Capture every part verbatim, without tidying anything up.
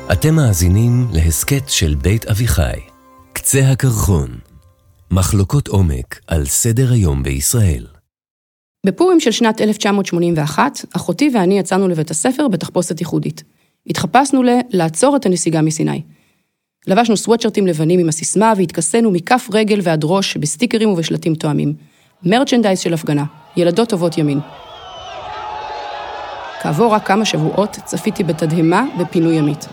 אתם מאזינים להסכת של בית אביחי, קצה הקרחון, מחלוקות עומק על סדר היום בישראל. בפורים של שנת אלף תשע מאות שמונים ואחת, אחותי ואני יצאנו לבית הספר בתחפושת ייחודית. התחפשנו ל- לעצור את הנסיגה מסיני. לבשנו סוואטשרטים לבנים עם הסיסמה והתכסנו מכף רגל ועד ראש בסטיקרים ובשלטים תואמים. מרצ'נדייז של הפגנה, ילדות טובות ימין. כעבור רק כמה שבועות צפיתי בתדהמה בפינוי ימית.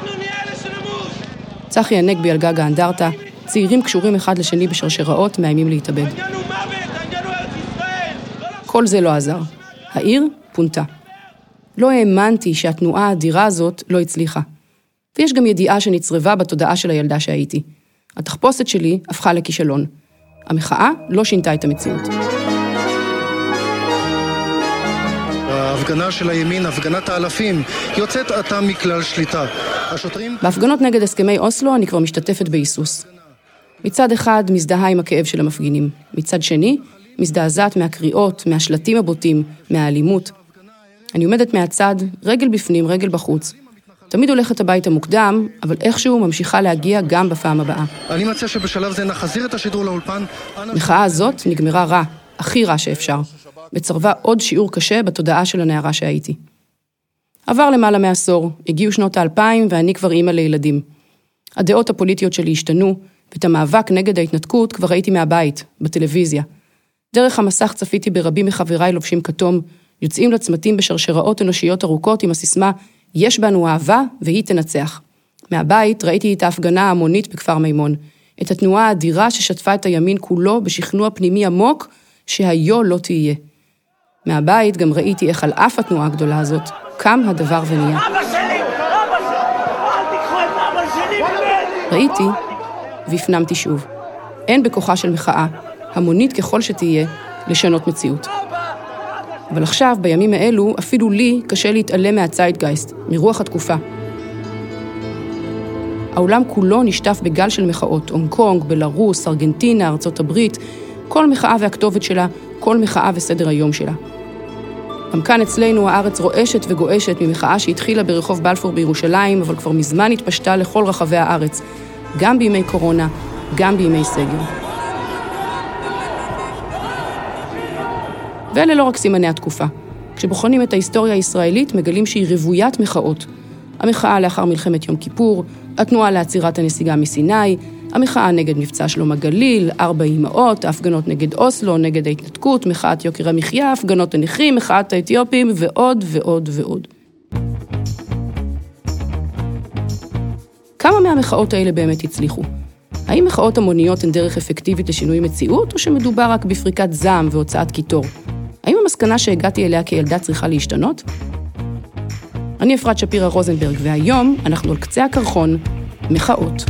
צחי הנגבי על גג האנדרטה, צעירים קשורים אחד לשני בשרשראות מאיימים להתאבד. כל זה לא עזר. העיר פונתה. לא האמנתי שהתנועה האדירה הזאת לא הצליחה. ויש גם ידיעה שנצרבה בתודעה של הילדה שהייתי. התחפושת שלי הפכה לכישלון. המחאה לא שינתה את המציאות. ההפגנה של הימין, הפגנת האלפים, יוצאת עתה מכלל שליטה. השוטרים... בהפגנות נגד הסכמי אוסלו אני כבר משתתפת בהיסוס. מצד אחד מזדהה עם הכאב של המפגינים. מצד שני, מזדעזעת מהקריאות, מהשלטים הבוטים, מהאלימות. אני עומדת מהצד, רגל בפנים, רגל בחוץ. תמיד הולכת הביתה מוקדם, אבל איכשהו ממשיכה להגיע גם בפעם הבאה. אני מציע שבשלב זה נחזיר את השידור לאולפן. המחאה הזאת נגמרה רע, הכי רע שאפשר. וצרבה עוד שיעור קשה בתודעה של הנערה שהייתי. עבר למעלה מעשור, הגיעו שנות האלפיים ואני כבר אימא לילדים. הדעות הפוליטיות שלי השתנו, ואת המאבק נגד ההתנתקות כבר ראיתי מהבית, בטלוויזיה. דרך המסך צפיתי ברבים מחבריי לובשים כתום, יוצאים לצמתים בשרשראות אנושיות ארוכות עם הסיסמה, יש בנו אהבה והיא תנצח. מהבית ראיתי את ההפגנה ההמונית בכפר מימון, את התנועה האדירה ששטפה את הימין כולו בשכנוע פנימי עמוק, שהיו לא תהיה. מהבית גם ראיתי איך על אף התנועה הגדולה הזאת, קם הדבר ונהיה. אבא שלי! אבא שלי! אל תיקחו את אבא שלי ממני! ראיתי והפנמתי שוב. אין בכוחה של מחאה, המונית ככל שתהיה, לשנות מציאות. אבל עכשיו, בימים האלו, אפילו לי קשה להתעלם מהצייטגייסט, מרוח התקופה. העולם כולו נשטף בגל של מחאות, הונג קונג, בלרוס, ארגנטינה, ארצות הברית, כל מחאה והכתובת שלה, כל מחאה וסדר היום שלה. גם כאן אצלנו הארץ רועשת וגועשת ממחאה שהתחילה ברחוב בלפור בירושלים, אבל כבר מזמן התפשטה לכל רחבי הארץ, גם בימי קורונה, גם בימי סגר. ואלה לא רק סימני התקופה. כשבוחנים את ההיסטוריה הישראלית, מגלים שהיא רוויית מחאות. המחאה לאחר מלחמת יום כיפור, התנועה לעצירת הנסיגה מסיני, המחאה נגד מבצע שלום הגליל, ארבע אימהות, ההפגנות נגד אוסלו, נגד ההתנתקות, מחאת יוקר המחיה, הפגנות הנכים, מחאת האתיופים, ועוד ועוד ועוד. כמה מהמחאות האלה באמת הצליחו? האם מחאות המוניות הן דרך אפקטיבית לשינוי מציאות, או שמדובר רק בפריקת זעם והוצאת קיטור? האם המסקנה שהגעתי אליה כילדה צריכה להשתנות? אני אפרת שפירה רוזנברג, והיום אנחנו על קצה הקרחון, מחאות.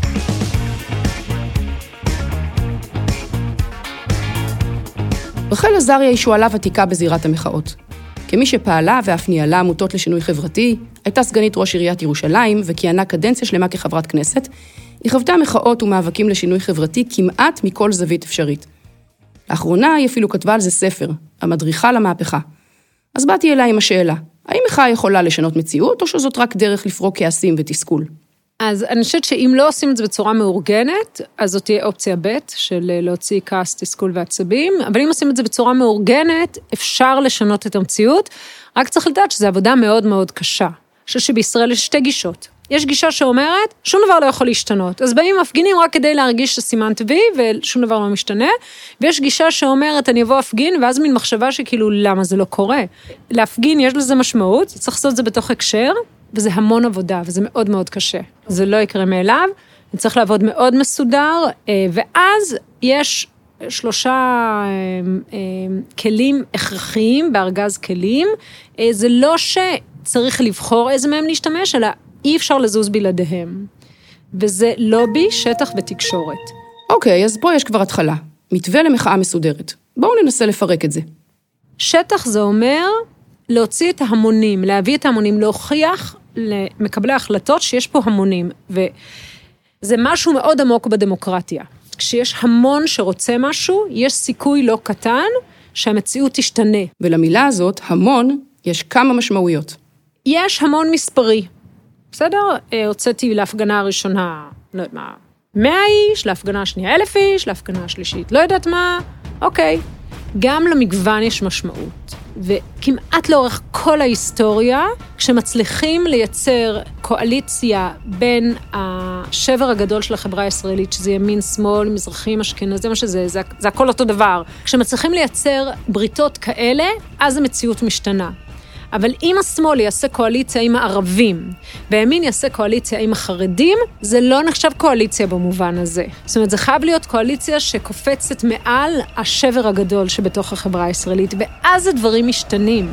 רחל עזריה היא שואלה ותיקה בזירת המחאות. כמי שפעלה ואף ניהלה עמותות לשינוי חברתי, הייתה סגנית ראש עיריית ירושלים וכיהנה קדנציה שלמה כחברת כנסת, היא חוותה מחאות ומאבקים לשינוי חברתי כמעט מכל זווית אפשרית. לאחרונה היא אפילו כתבה על זה ספר, המדריכה למהפכה. אז באתי אליי עם השאלה, האם מחאה יכולה לשנות מציאות, או שזאת רק דרך לפרוק כעסים ותסכול? אז אני חושבת שאם לא עושים את זה בצורה מאורגנת, אז זאת תהיה אופציה ב' של להוציא כעס, תסכול ועצבים, אבל אם עושים את זה בצורה מאורגנת, אפשר לשנות את המציאות, רק צריך לדעת שזו עבודה מאוד מאוד קשה. אני חושבת שבישראל יש שתי גישות. יש גישה שאומרת, שום דבר לא יכול להשתנות. אז באים מפגינים רק כדי להרגיש שסימן טבעי, ושום דבר לא משתנה. ויש גישה שאומרת, אני אבוא אפגין, ואז מין מחשבה שכאילו, למה זה לא קורה? להפגין יש לזה משמעות, צריך לעשות את זה בתוך הקשר, וזה המון עבודה, וזה מאוד מאוד קשה. זה לא יקרה מאליו, צריך לעבוד מאוד מסודר, ואז יש שלושה כלים הכרחיים בארגז כלים. זה לא שצריך לבחור איזה מהם להשתמש, אלא אי אפשר לזוז בלעדיהם. וזה לובי, שטח ותקשורת. אוקיי, אז פה יש כבר התחלה. מתווה למחאה מסודרת. בואו ננסה לפרק את זה. שטח זה אומר להוציא את ההמונים, להביא את ההמונים, להוכיח למקבלי ההחלטות שיש פה המונים. וזה משהו מאוד עמוק בדמוקרטיה. כשיש המון שרוצה משהו, יש סיכוי לא קטן שהמציאות תשתנה. ולמילה הזאת, המון, יש כמה משמעויות. יש המון מספרי. בסדר? הוצאתי להפגנה הראשונה, לא יודעת מה, מאה איש, להפגנה השנייה אלף איש, להפגנה השלישית, לא יודעת מה, אוקיי. גם למגוון יש משמעות, וכמעט לאורך כל ההיסטוריה, כשמצליחים לייצר קואליציה בין השבר הגדול של החברה הישראלית, שזה ימין, שמאל, מזרחים, אשכנזים, זה מה שזה, זה, זה הכל אותו דבר. כשמצליחים לייצר בריתות כאלה, אז המציאות משתנה. אבל אם השמאל יעשה קואליציה עם הערבים, והימין יעשה קואליציה עם החרדים, זה לא נחשב קואליציה במובן הזה. זאת אומרת, זה חייב להיות קואליציה שקופצת מעל השבר הגדול שבתוך החברה הישראלית, ואז הדברים משתנים.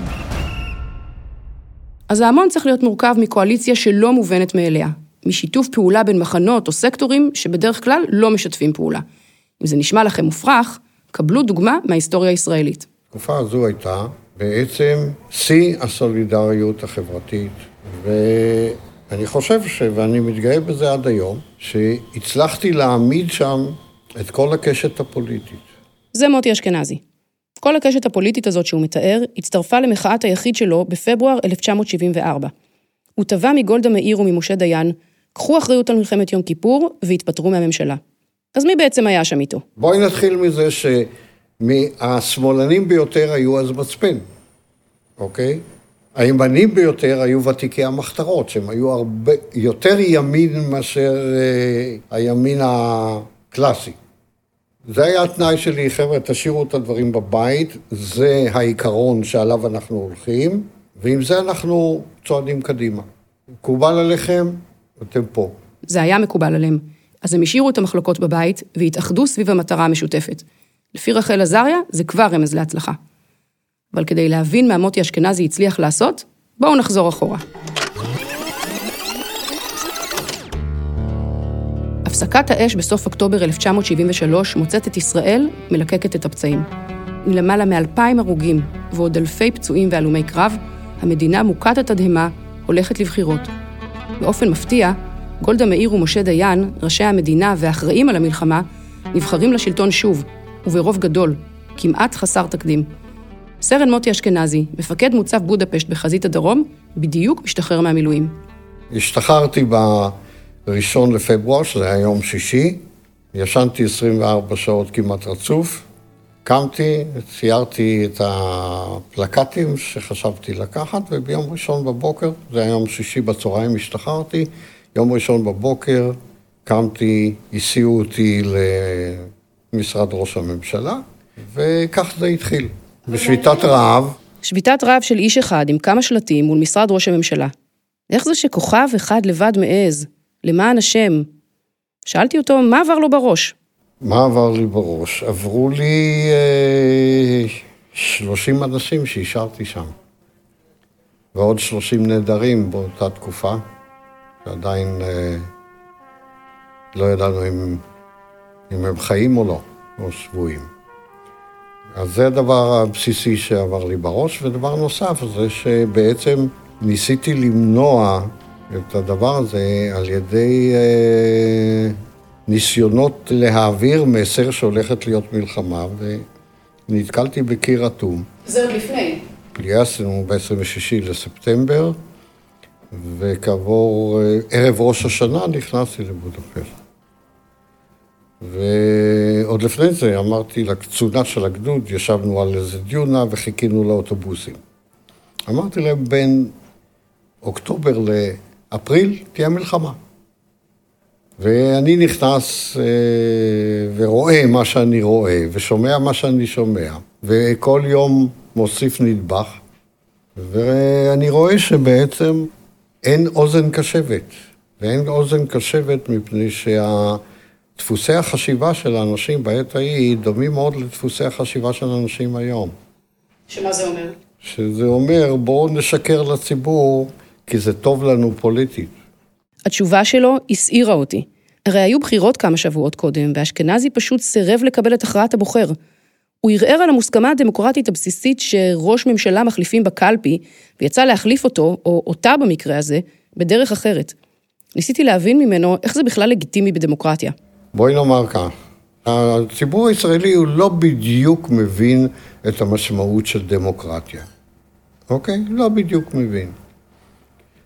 אז ההמון צריך להיות מורכב מקואליציה שלא מובנת מאליה, משיתוף פעולה בין מחנות או סקטורים שבדרך כלל לא משתפים פעולה. אם זה נשמע לכם מופרך, קבלו דוגמה מההיסטוריה הישראלית. התקופה הזו הייתה בעצם שיא הסולידריות החברתית, ואני חושב ש... ואני מתגאה בזה עד היום, שהצלחתי להעמיד שם את כל הקשת הפוליטית. זה מוטי אשכנזי. כל הקשת הפוליטית הזאת שהוא מתאר, הצטרפה למחאת היחיד שלו בפברואר אלף תשע מאות שבעים וארבע. הוא תבע מגולדה מאיר וממשה דיין, קחו אחריות על מלחמת יום כיפור והתפטרו מהממשלה. אז מי בעצם היה שם איתו? בואי נתחיל מזה ש... מהשמאלנים ביותר היו אז מצפן, אוקיי? הימנים ביותר היו ותיקי המחתרות, שהם היו הרבה יותר ימין מאשר אה, הימין הקלאסי. זה היה התנאי שלי, חבר'ה, תשאירו את הדברים בבית, זה העיקרון שעליו אנחנו הולכים, ועם זה אנחנו צועדים קדימה. מקובל עליכם, אתם פה. זה היה מקובל עליהם. אז הם השאירו את המחלוקות בבית והתאחדו סביב המטרה המשותפת. לפי רחל עזריה, זה כבר רמז להצלחה. אבל כדי להבין מה מוטי אשכנזי הצליח לעשות, בואו נחזור אחורה. הפסקת האש בסוף אוקטובר אלף תשע מאות שבעים ושלוש מוצאת את ישראל מלקקת את הפצעים. עם למעלה מאלפיים הרוגים ועוד אלפי פצועים והלומי קרב, המדינה מוכת התדהמה הולכת לבחירות. באופן מפתיע, גולדה מאיר ומשה דיין, ראשי המדינה והאחראים על המלחמה, נבחרים לשלטון שוב, וברוב גדול, כמעט חסר תקדים. סרן מוטי אשכנזי, מפקד מוצב בודפשט בחזית הדרום, בדיוק משתחרר מהמילואים. השתחררתי בראשון לפברואר, שזה היה יום שישי, ישנתי עשרים וארבע שעות כמעט רצוף, קמתי, ציירתי את הפלקטים שחשבתי לקחת, וביום ראשון בבוקר, זה היה יום שישי בצהריים, השתחררתי, יום ראשון בבוקר, קמתי, הסיעו אותי למשרד ראש הממשלה, וכך זה התחיל. בשביתת רעב. שביתת רעב של איש אחד עם כמה שלטים מול משרד ראש הממשלה. איך זה שכוכב אחד לבד מעז? למען השם? שאלתי אותו, מה עבר לו בראש? מה עבר לי בראש? עברו לי אה, שלושים אנשים שהשארתי שם. ועוד שלושים נדרים באותה תקופה, שעדיין אה, לא ידענו אם, אם הם חיים או לא, או שבויים. אז זה הדבר הבסיסי שעבר לי בראש, ודבר נוסף זה שבעצם ניסיתי למנוע את הדבר הזה על ידי אה, ניסיונות להעביר מסר שהולכת להיות מלחמה, ונתקלתי בקיר אטום. זה עוד לפני. גייסנו ב-עשרים ושישה לספטמבר, וכעבור ערב ראש השנה נכנסתי לבודפשט. ועוד לפני זה אמרתי לקצונה של הגדוד, ישבנו על איזה דיונה וחיכינו לאוטובוסים. אמרתי להם, בין אוקטובר לאפריל תהיה מלחמה. ואני נכנס ורואה מה שאני רואה, ושומע מה שאני שומע, וכל יום מוסיף נדבך, ואני רואה שבעצם אין אוזן קשבת, ואין אוזן קשבת מפני שהדפוסי החשיבה של האנשים בעת ההיא דומים מאוד לדפוסי החשיבה של האנשים היום. שמה זה אומר? שזה אומר, בואו נשקר לציבור, כי זה טוב לנו פוליטית. התשובה שלו הסעירה אותי. הרי היו בחירות כמה שבועות קודם, ואשכנזי פשוט סירב לקבל את הכרעת הבוחר. הוא ערער על המוסכמה הדמוקרטית הבסיסית שראש ממשלה מחליפים בקלפי, ויצא להחליף אותו, או אותה במקרה הזה, בדרך אחרת. ניסיתי להבין ממנו איך זה בכלל לגיטימי בדמוקרטיה. בואי נאמר כך, הציבור הישראלי הוא לא בדיוק מבין את המשמעות של דמוקרטיה. אוקיי? לא בדיוק מבין.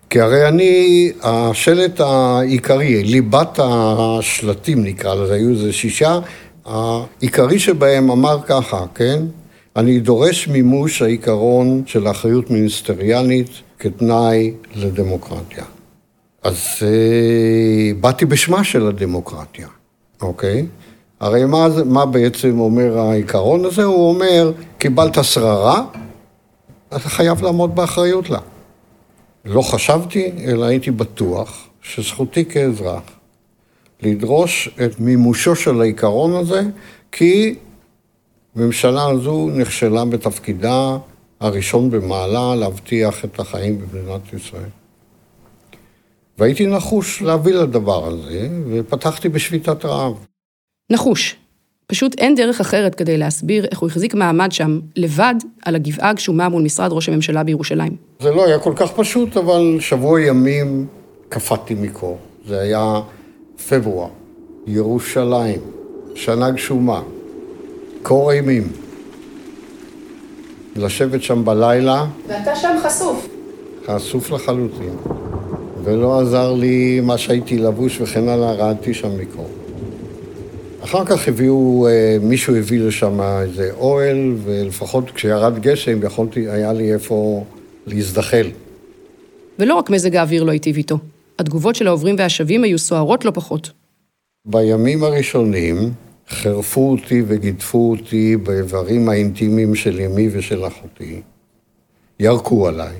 כי הרי אני, השלט העיקרי, ליבת השלטים נקרא לזה, היו זה שישה, העיקרי שבהם אמר ככה, כן? אני דורש מימוש העיקרון של האחריות מיניסטריאלית כתנאי לדמוקרטיה. אז אה, באתי בשמה של הדמוקרטיה, אוקיי? הרי מה, מה בעצם אומר העיקרון הזה? הוא אומר, קיבלת שררה, אתה חייב לעמוד באחריות לה. לא חשבתי, אלא הייתי בטוח שזכותי כאזרח לדרוש את מימושו של העיקרון הזה, כי הממשלה הזו נכשלה בתפקידה הראשון במעלה להבטיח את החיים במדינת ישראל. והייתי נחוש להביא לדבר הזה, ופתחתי בשביתת רעב. נחוש. פשוט אין דרך אחרת כדי להסביר איך הוא החזיק מעמד שם לבד על הגבעה הגשומה מול משרד ראש הממשלה בירושלים. זה לא היה כל כך פשוט, אבל שבוע ימים קפאתי מקור. זה היה פברואר, ירושלים, שנה גשומה, קור אימים. לשבת שם בלילה. ואתה שם חשוף. חשוף לחלוטין. ולא עזר לי מה שהייתי לבוש וכן הלאה, רעדתי שם מקור. אחר כך הביאו, מישהו הביא לשם איזה אוהל, ולפחות כשירד גשם יכולתי, היה לי איפה להזדחל. ולא רק מזג האוויר לא היטיב איתו. התגובות של העוברים והשבים היו סוערות לא פחות. בימים הראשונים חרפו אותי וגידפו אותי באיברים האינטימיים של אמי ושל אחותי. ירקו עליי.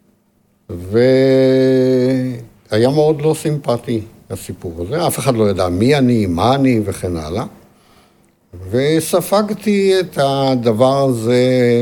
והיה מאוד לא סימפטי הסיפור הזה. אף אחד לא ידע מי אני, מה אני וכן הלאה. וספגתי את הדבר הזה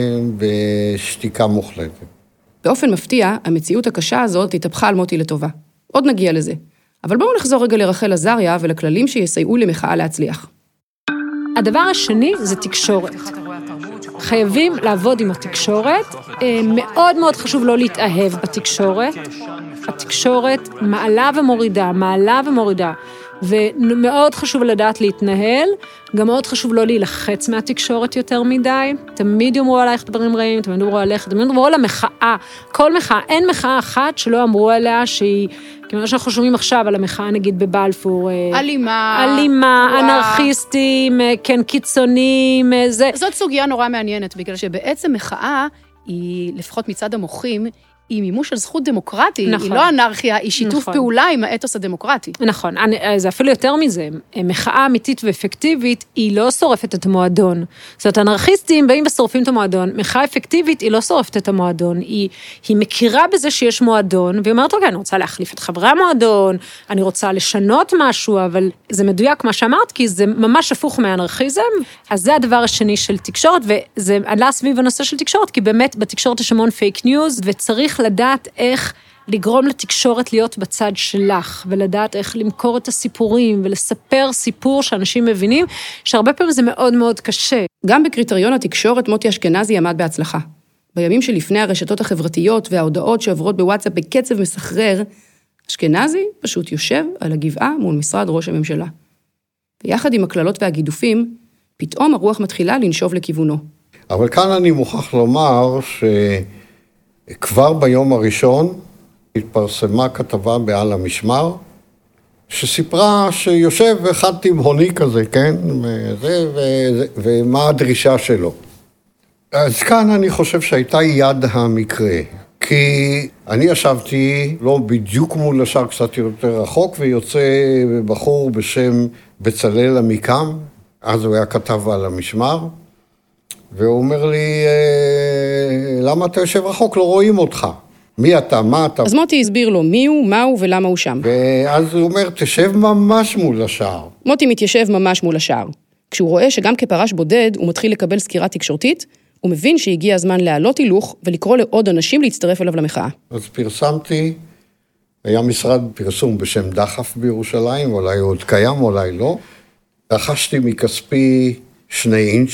בשתיקה מוחלטת. באופן מפתיע, המציאות הקשה הזאת התהפכה על מוטי לטובה. עוד נגיע לזה. אבל בואו נחזור רגע לרחל עזריה ולכללים שיסייעו למחאה להצליח. הדבר השני זה תקשורת. חייבים לעבוד עם התקשורת. מאוד מאוד חשוב לא להתאהב בתקשורת. התקשורת מעלה ומורידה, מעלה ומורידה. ומאוד חשוב לדעת להתנהל, גם מאוד חשוב לא להילחץ מהתקשורת יותר מדי, תמיד יאמרו עלייך דברים רעים, תמיד יאמרו עליך, תמיד יאמרו על המחאה, כל מחאה, אין מחאה אחת שלא אמרו עליה שהיא, כמו שאנחנו שומעים עכשיו על המחאה נגיד בבלפור, אלימה, אלימה, אנרכיסטים, כן, קיצונים, זה. זאת סוגיה נורא מעניינת, בגלל שבעצם מחאה היא, לפחות מצד המוחים, היא מימוש של זכות דמוקרטי, נכון. היא לא אנרכיה, היא שיתוף נכון. פעולה עם האתוס הדמוקרטי. נכון, זה אפילו יותר מזה, מחאה אמיתית ואפקטיבית, היא לא שורפת את המועדון. זאת אומרת, אנרכיסטים באים ושורפים את המועדון, מחאה אפקטיבית היא לא שורפת את המועדון, היא, היא מכירה בזה שיש מועדון, והיא אומרת, אוקיי, אני רוצה להחליף את חברי המועדון, אני רוצה לשנות משהו, אבל זה מדויק מה שאמרת, כי זה ממש הפוך מהאנרכיזם, אז זה הדבר השני של תקשורת, וזה עלה סביב הנושא של תקשורת, כי באמת בתקשורת יש המון פייק ניוז, וצריך לדעת איך לגרום לתקשורת להיות בצד שלך, ולדעת איך למכור את הסיפורים, ולספר סיפור שאנשים מבינים, שהרבה פעמים זה מאוד מאוד קשה. גם בקריטריון התקשורת, מוטי אשכנזי עמד בהצלחה. בימים שלפני הרשתות החברתיות וההודעות שעוברות בוואטסאפ בקצב מסחרר, אשכנזי פשוט יושב על הגבעה מול משרד ראש הממשלה. ויחד עם הכללות והגידופים, פתאום הרוח מתחילה לנשוב לכיוונו. אבל כאן אני מוכרח לומר ש... כבר ביום הראשון התפרסמה כתבה בעל המשמר, שסיפרה שיושב אחד תימהוני כזה, כן? וזה, וזה, ומה הדרישה שלו. אז כאן אני חושב שהייתה יד המקרה, כי אני ישבתי לא בדיוק מול השאר, קצת יותר רחוק, ויוצא בחור בשם בצלאל עמיקם, אז הוא היה כתב על המשמר, והוא אומר לי, למה אתה יושב רחוק? לא רואים אותך. מי אתה? מה אתה? אז מוטי הסביר לו מי הוא, מה הוא ולמה הוא שם. ואז הוא אומר, תשב ממש מול השער. מוטי מתיישב ממש מול השער. כשהוא רואה שגם כפרש בודד הוא מתחיל לקבל סקירה תקשורתית, הוא מבין שהגיע הזמן להעלות הילוך ולקרוא לעוד אנשים להצטרף אליו למחאה. אז פרסמתי, היה משרד פרסום בשם דחף בירושלים, אולי עוד קיים, אולי לא. רכשתי מכספי שני אינץ',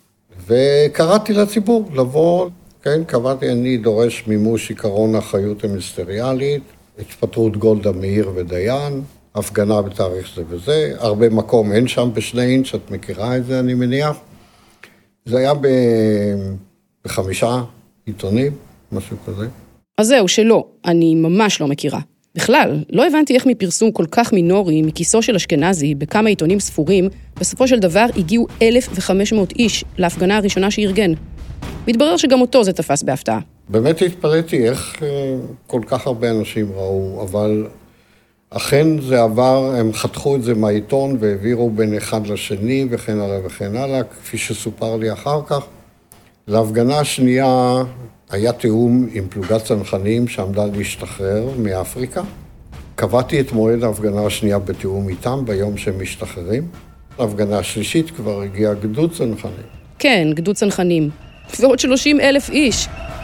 וקראתי לציבור לבוא, כן, קבעתי, אני דורש מימוש עיקרון האחריות המיניסטריאלית, התפטרות גולדה מאיר ודיין, הפגנה בתאריך זה וזה, הרבה מקום אין שם בשני אינץ', את מכירה את זה אני מניח. זה היה ב... בחמישה עיתונים, משהו כזה. אז זהו, שלא, אני ממש לא מכירה. בכלל, לא הבנתי איך מפרסום כל כך מינורי, מכיסו של אשכנזי, בכמה עיתונים ספורים, בסופו של דבר הגיעו אלף וחמש מאות איש להפגנה הראשונה שארגן. מתברר שגם אותו זה תפס בהפתעה. באמת התפלאתי איך כל כך הרבה אנשים ראו, אבל אכן זה עבר, הם חתכו את זה מהעיתון והעבירו בין אחד לשני וכן הלאה וכן הלאה, כפי שסופר לי אחר כך. להפגנה השנייה היה תיאום עם פלוגת צנחנים שעמדה להשתחרר מאפריקה. קבעתי את מועד ההפגנה השנייה בתיאום איתם ביום שהם משתחררים. להפגנה השלישית כבר הגיע גדוד צנחנים. כן, גדוד צנחנים. ועוד שלושים אלף איש.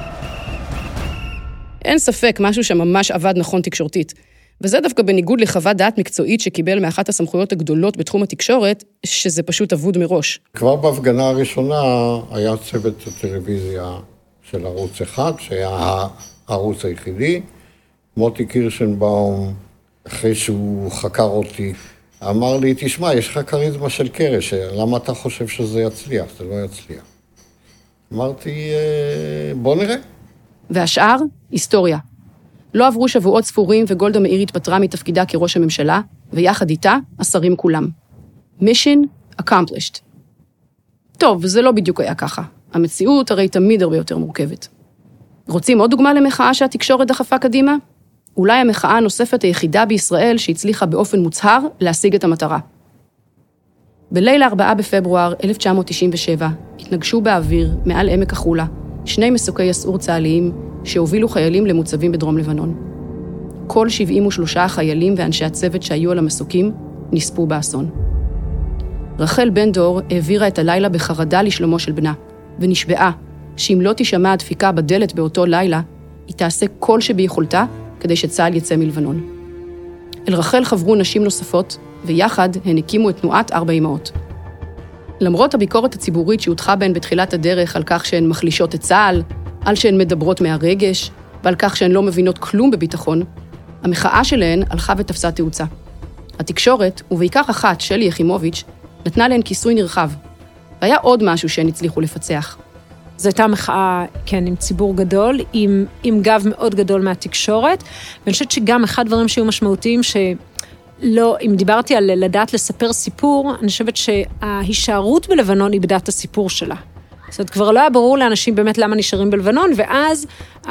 אין ספק, משהו שממש עבד נכון תקשורתית. וזה דווקא בניגוד לחוות דעת מקצועית שקיבל מאחת הסמכויות הגדולות בתחום התקשורת, שזה פשוט אבוד מראש. כבר בהפגנה הראשונה היה צוות הטלוויזיה של ערוץ אחד, שהיה הערוץ היחידי. מוטי קירשנבאום, אחרי שהוא חקר אותי, אמר לי, תשמע, יש לך קריזמה של קרש, למה אתה חושב שזה יצליח? זה לא יצליח. אמרתי, בוא נראה. והשאר, היסטוריה. לא עברו שבועות ספורים וגולדה מאיר התפטרה מתפקידה כראש הממשלה, ויחד איתה, השרים כולם. Mission accomplished. טוב, זה לא בדיוק היה ככה. המציאות הרי תמיד הרבה יותר מורכבת. רוצים עוד דוגמה למחאה שהתקשורת דחפה קדימה? אולי המחאה הנוספת היחידה בישראל שהצליחה באופן מוצהר להשיג את המטרה. בליל הארבעה בפברואר אלף תשע מאות תשעים ושבע התנגשו באוויר מעל עמק החולה שני מסוקי יסעור צהליים שהובילו חיילים למוצבים בדרום לבנון. כל שבעים ושלושה החיילים ואנשי הצוות שהיו על המסוקים נספו באסון. רחל בן דור העבירה את הלילה בחרדה לשלומו של בנה, ונשבעה שאם לא תשמע הדפיקה בדלת באותו לילה, היא תעשה כל שביכולתה כדי שצה"ל יצא מלבנון. אל רחל חברו נשים נוספות, ויחד הן הקימו את תנועת ארבע אמהות. למרות הביקורת הציבורית שהותחה בהן בתחילת הדרך על כך שהן מחלישות את צה"ל, על שהן מדברות מהרגש, ועל כך שהן לא מבינות כלום בביטחון, המחאה שלהן הלכה ותפסה תאוצה. התקשורת, ובעיקר אחת, שלי יחימוביץ', נתנה להן כיסוי נרחב. והיה עוד משהו שהן הצליחו לפצח. זו הייתה מחאה, כן, עם ציבור גדול, עם, עם גב מאוד גדול מהתקשורת, ואני חושבת שגם אחד הדברים שהיו משמעותיים, שלא, אם דיברתי על לדעת לספר סיפור, אני חושבת שההישארות בלבנון איבדה את הסיפור שלה. זאת אומרת, כבר לא היה ברור לאנשים באמת למה נשארים בלבנון, ואז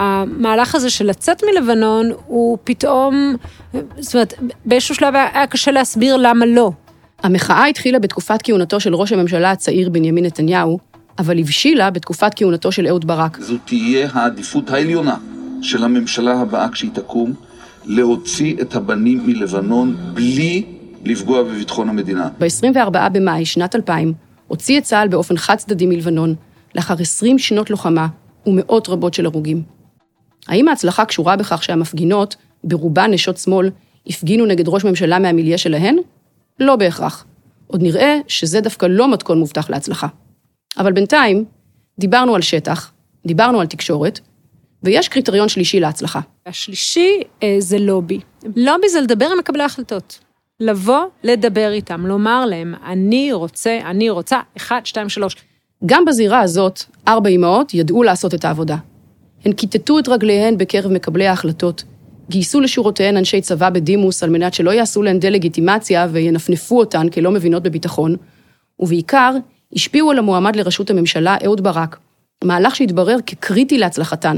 המהלך הזה של לצאת מלבנון, הוא פתאום, זאת אומרת, באיזשהו שלב היה קשה להסביר למה לא. המחאה התחילה בתקופת כהונתו של ראש הממשלה הצעיר בנימין נתניהו, אבל הבשילה בתקופת כהונתו של אהוד ברק. זו תהיה העדיפות העליונה של הממשלה הבאה כשהיא תקום, להוציא את הבנים מלבנון בלי לפגוע בביטחון המדינה. ב-עשרים וארבעה במאי שנת אלפיים הוציא את צה"ל באופן חד צדדי מלבנון, לאחר עשרים שנות לוחמה ומאות רבות של הרוגים. האם ההצלחה קשורה בכך שהמפגינות, ברובן נשות שמאל, הפגינו נגד ראש ממשלה מהמיליה שלהן? לא בהכרח. עוד נראה שזה דווקא לא מתכון מובטח להצלחה. אבל בינתיים, דיברנו על שטח, דיברנו על תקשורת, ויש קריטריון שלישי להצלחה. השלישי זה לובי. לובי זה לדבר עם מקבלי ההחלטות. לבוא, לדבר איתם, לומר להם, אני רוצה, אני רוצה, אחד, שתיים, שלוש. גם בזירה הזאת, ארבע אמהות ידעו לעשות את העבודה. הן כיתתו את רגליהן בקרב מקבלי ההחלטות, גייסו לשורותיהן אנשי צבא בדימוס על מנת שלא יעשו להן דלגיטימציה וינפנפו אותן כלא מבינות בביטחון, ובעיקר השפיעו על המועמד לראשות הממשלה אהוד ברק, מהלך שהתברר כקריטי להצלחתן.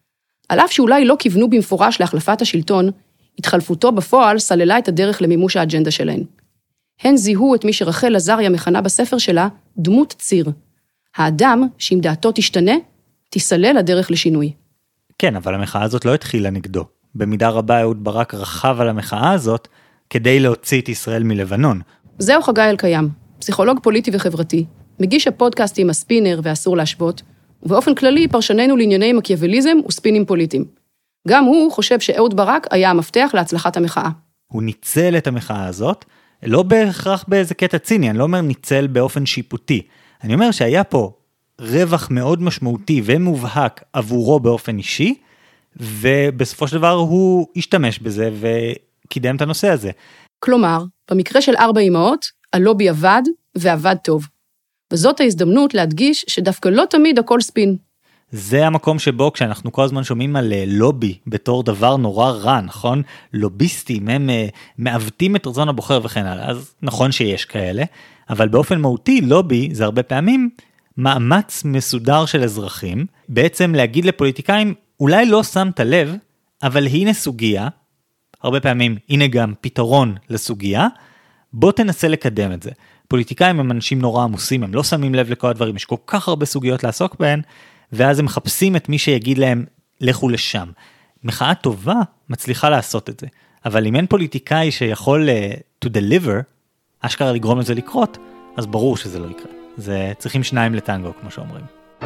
על אף שאולי לא כיוונו במפורש להחלפת השלטון, התחלפותו בפועל סללה את הדרך למימוש האג'נדה שלהן. הן זיהו את מי שרחל עזריה מכנה בספר שלה דמות ציר. האדם שאם דעתו תשתנה, תסלל הדרך לשינוי. כן, אבל המחאה הזאת לא התחילה נגדו. במידה רבה אהוד ברק רחב על המחאה הזאת כדי להוציא את ישראל מלבנון. זהו חגי אלקיים, פסיכולוג פוליטי וחברתי, מגיש הפודקאסטים הספינר ואסור להשוות, ובאופן כללי פרשננו לענייני מקיאווליזם וספינים פוליטיים. גם הוא חושב שאהוד ברק היה המפתח להצלחת המחאה. הוא ניצל את המחאה הזאת, לא בהכרח באיזה קטע ציני, אני לא אומר ניצל באופן שיפוטי. אני אומר שהיה פה רווח מאוד משמעותי ומובהק עבורו באופן אישי, ובסופו של דבר הוא השתמש בזה וקידם את הנושא הזה. כלומר, במקרה של ארבע אמהות, הלובי עבד ועבד טוב. וזאת ההזדמנות להדגיש שדווקא לא תמיד הכל ספין. זה המקום שבו כשאנחנו כל הזמן שומעים על לובי בתור דבר נורא רע, נכון? לוביסטים, הם מעוותים את רצון הבוחר וכן הלאה, אז נכון שיש כאלה, אבל באופן מהותי לובי זה הרבה פעמים מאמץ מסודר של אזרחים, בעצם להגיד לפוליטיקאים, אולי לא שמת לב, אבל הנה סוגיה, הרבה פעמים הנה גם פתרון לסוגיה, בוא תנסה לקדם את זה. פוליטיקאים הם אנשים נורא עמוסים, הם לא שמים לב לכל הדברים, יש כל כך הרבה סוגיות לעסוק בהן, ואז הם מחפשים את מי שיגיד להם, לכו לשם. מחאה טובה מצליחה לעשות את זה, אבל אם אין פוליטיקאי שיכול uh, to deliver, אשכרה לגרום לזה לקרות, אז ברור שזה לא יקרה. זה צריכים שניים לטנגו, כמו שאומרים.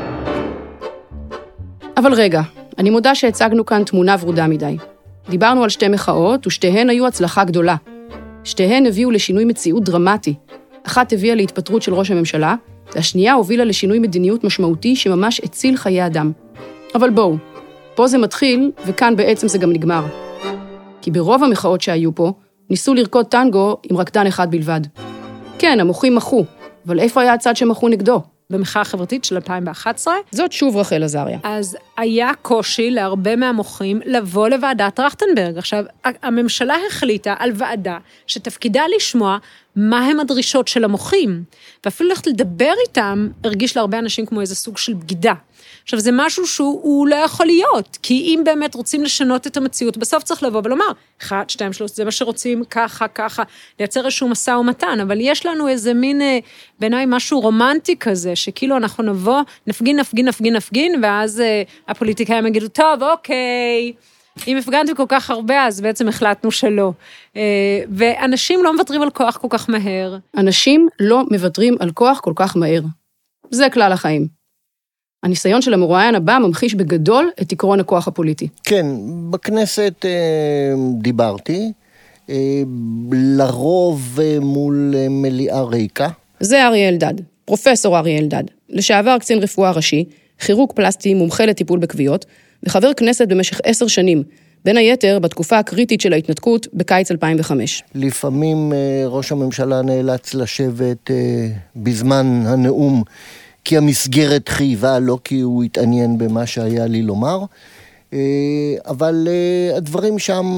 אבל רגע, אני מודה שהצגנו כאן תמונה ורודה מדי. דיברנו על שתי מחאות, ושתיהן היו הצלחה גדולה. שתיהן הביאו לשינוי מציאות דרמטי. אחת הביאה להתפטרות של ראש הממשלה, והשנייה הובילה לשינוי מדיניות משמעותי שממש הציל חיי אדם. אבל בואו, פה זה מתחיל, וכאן בעצם זה גם נגמר. כי ברוב המחאות שהיו פה, ניסו לרקוד טנגו עם רקדן אחד בלבד. כן, המוחים מחו, אבל איפה היה הצד שמחו נגדו? במחאה החברתית של אלפיים ואחת עשרה. זאת שוב רחל עזריה. אז היה קושי להרבה מהמוחים לבוא לוועדת טרכטנברג. עכשיו, הממשלה החליטה על ועדה שתפקידה לשמוע מה הם הדרישות של המוחים, ואפילו ללכת לדבר איתם, הרגיש להרבה אנשים כמו איזה סוג של בגידה. עכשיו, זה משהו שהוא לא יכול להיות, כי אם באמת רוצים לשנות את המציאות, בסוף צריך לבוא ולומר, אחד, שתיים, שלוש, זה מה שרוצים, ככה, ככה, לייצר איזשהו משא ומתן, אבל יש לנו איזה מין, בעיניי, משהו רומנטי כזה, שכאילו אנחנו נבוא, נפגין, נפגין, נפגין, נפגין, ואז הפוליטיקאים יגידו, טוב, אוקיי, אם הפגנתם כל כך הרבה, אז בעצם החלטנו שלא. ואנשים לא מוותרים על כוח כל כך מהר. אנשים לא מוותרים על כוח כל כך מהר. זה כלל החיים. הניסיון של המרואיין הבא ממחיש בגדול את עקרון הכוח הפוליטי. כן, בכנסת דיברתי, לרוב מול מליאה ריקה. זה אריה אלדד, פרופסור אריה אלדד, לשעבר קצין רפואה ראשי, כירורג פלסטי, מומחה לטיפול בכוויות, וחבר כנסת במשך עשר שנים, בין היתר בתקופה הקריטית של ההתנתקות בקיץ אלפיים וחמש. לפעמים ראש הממשלה נאלץ לשבת בזמן הנאום, כי המסגרת חייבה, לא כי הוא התעניין במה שהיה לי לומר, אבל הדברים שם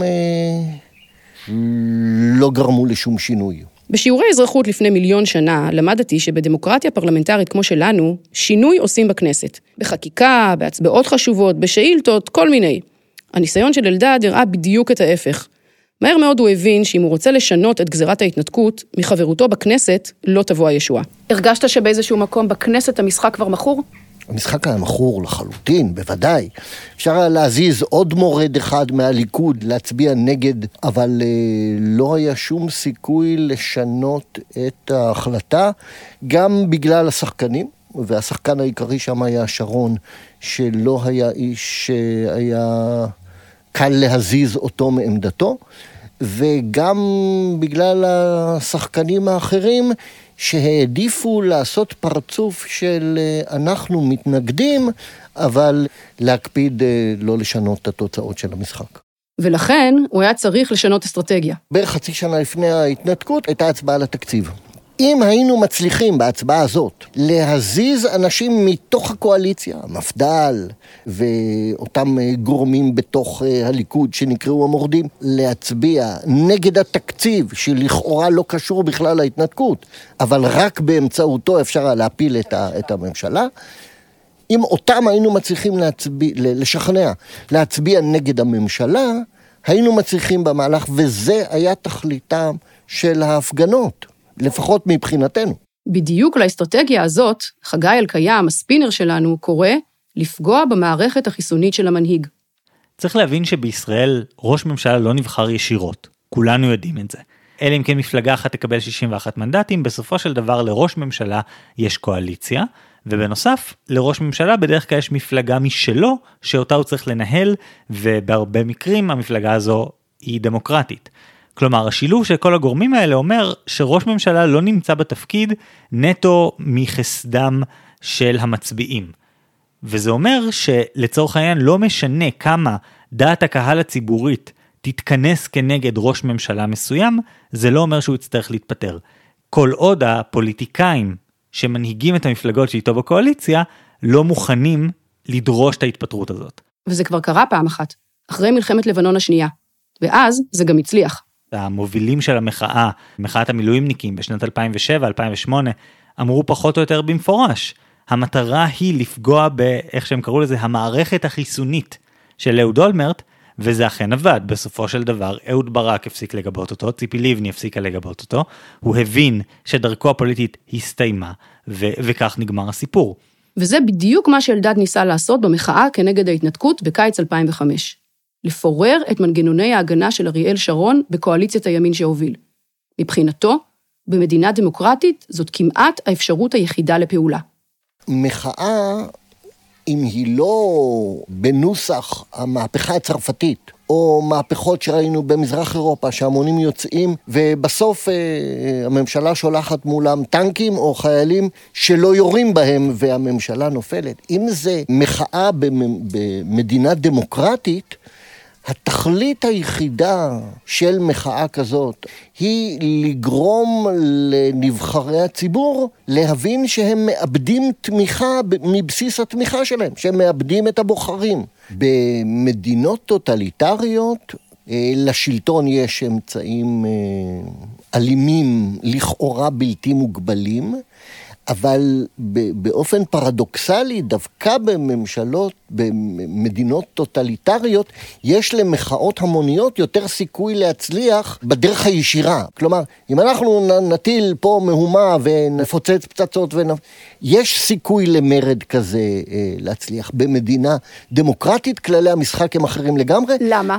לא גרמו לשום שינוי. בשיעורי אזרחות לפני מיליון שנה למדתי שבדמוקרטיה פרלמנטרית כמו שלנו, שינוי עושים בכנסת. בחקיקה, בהצבעות חשובות, בשאילתות, כל מיני. הניסיון של אלדד הראה בדיוק את ההפך. מהר מאוד הוא הבין שאם הוא רוצה לשנות את גזירת ההתנתקות, מחברותו בכנסת לא תבוא הישועה. הרגשת שבאיזשהו מקום בכנסת המשחק כבר מכור? המשחק היה מכור לחלוטין, בוודאי. אפשר היה להזיז עוד מורד אחד מהליכוד, להצביע נגד, אבל אה, לא היה שום סיכוי לשנות את ההחלטה, גם בגלל השחקנים, והשחקן העיקרי שם היה שרון, שלא היה איש שהיה קל להזיז אותו מעמדתו, וגם בגלל השחקנים האחרים, שהעדיפו לעשות פרצוף של אנחנו מתנגדים, אבל להקפיד לא לשנות את התוצאות של המשחק. ולכן הוא היה צריך לשנות אסטרטגיה. בערך חצי שנה לפני ההתנתקות הייתה הצבעה לתקציב. אם היינו מצליחים בהצבעה הזאת להזיז אנשים מתוך הקואליציה, מפד"ל ואותם גורמים בתוך הליכוד שנקראו המורדים, להצביע נגד התקציב שלכאורה לא קשור בכלל להתנתקות, אבל רק באמצעותו אפשר להפיל את, ה, את הממשלה, אם אותם היינו מצליחים להצביע, לשכנע, להצביע נגד הממשלה, היינו מצליחים במהלך, וזה היה תכליתם של ההפגנות. לפחות מבחינתנו. בדיוק לאסטרטגיה הזאת, חגי אלקיים, הספינר שלנו, קורא לפגוע במערכת החיסונית של המנהיג. צריך להבין שבישראל ראש ממשלה לא נבחר ישירות. כולנו יודעים את זה. אלא אם כן מפלגה אחת תקבל שישים ואחת מנדטים, בסופו של דבר לראש ממשלה יש קואליציה, ובנוסף, לראש ממשלה בדרך כלל יש מפלגה משלו, שאותה הוא צריך לנהל, ובהרבה מקרים המפלגה הזו היא דמוקרטית. כלומר, השילוב של כל הגורמים האלה אומר שראש ממשלה לא נמצא בתפקיד נטו מחסדם של המצביעים. וזה אומר שלצורך העניין לא משנה כמה דעת הקהל הציבורית תתכנס כנגד ראש ממשלה מסוים, זה לא אומר שהוא יצטרך להתפטר. כל עוד הפוליטיקאים שמנהיגים את המפלגות שאיתו בקואליציה לא מוכנים לדרוש את ההתפטרות הזאת. וזה כבר קרה פעם אחת, אחרי מלחמת לבנון השנייה. ואז זה גם הצליח. המובילים של המחאה, מחאת המילואימניקים בשנת אלפיים ושבע אלפיים ושמונה, אמרו פחות או יותר במפורש, המטרה היא לפגוע באיך שהם קראו לזה, המערכת החיסונית של אהוד אולמרט, וזה אכן עבד. בסופו של דבר, אהוד ברק הפסיק לגבות אותו, ציפי לבני הפסיקה לגבות אותו, הוא הבין שדרכו הפוליטית הסתיימה, ו- וכך נגמר הסיפור. וזה בדיוק מה שאלדד ניסה לעשות במחאה כנגד ההתנתקות בקיץ אלפיים וחמש. לפורר את מנגנוני ההגנה של אריאל שרון בקואליציית הימין שהוביל. מבחינתו, במדינה דמוקרטית זאת כמעט האפשרות היחידה לפעולה. מחאה, אם היא לא בנוסח המהפכה הצרפתית, או מהפכות שראינו במזרח אירופה, שהמונים יוצאים, ובסוף אה, הממשלה שולחת מולם טנקים או חיילים שלא יורים בהם, והממשלה נופלת. אם זה מחאה במדינה דמוקרטית, התכלית היחידה של מחאה כזאת היא לגרום לנבחרי הציבור להבין שהם מאבדים תמיכה מבסיס התמיכה שלהם, שהם מאבדים את הבוחרים. במדינות טוטליטריות לשלטון יש אמצעים אלימים לכאורה בלתי מוגבלים, אבל באופן פרדוקסלי, דווקא בממשלות, במדינות טוטליטריות, יש למחאות המוניות יותר סיכוי להצליח בדרך הישירה. כלומר, אם אנחנו נטיל פה מהומה ונפוצץ פצצות, ונפ... יש סיכוי למרד כזה להצליח. במדינה דמוקרטית, כללי המשחק הם אחרים לגמרי. למה?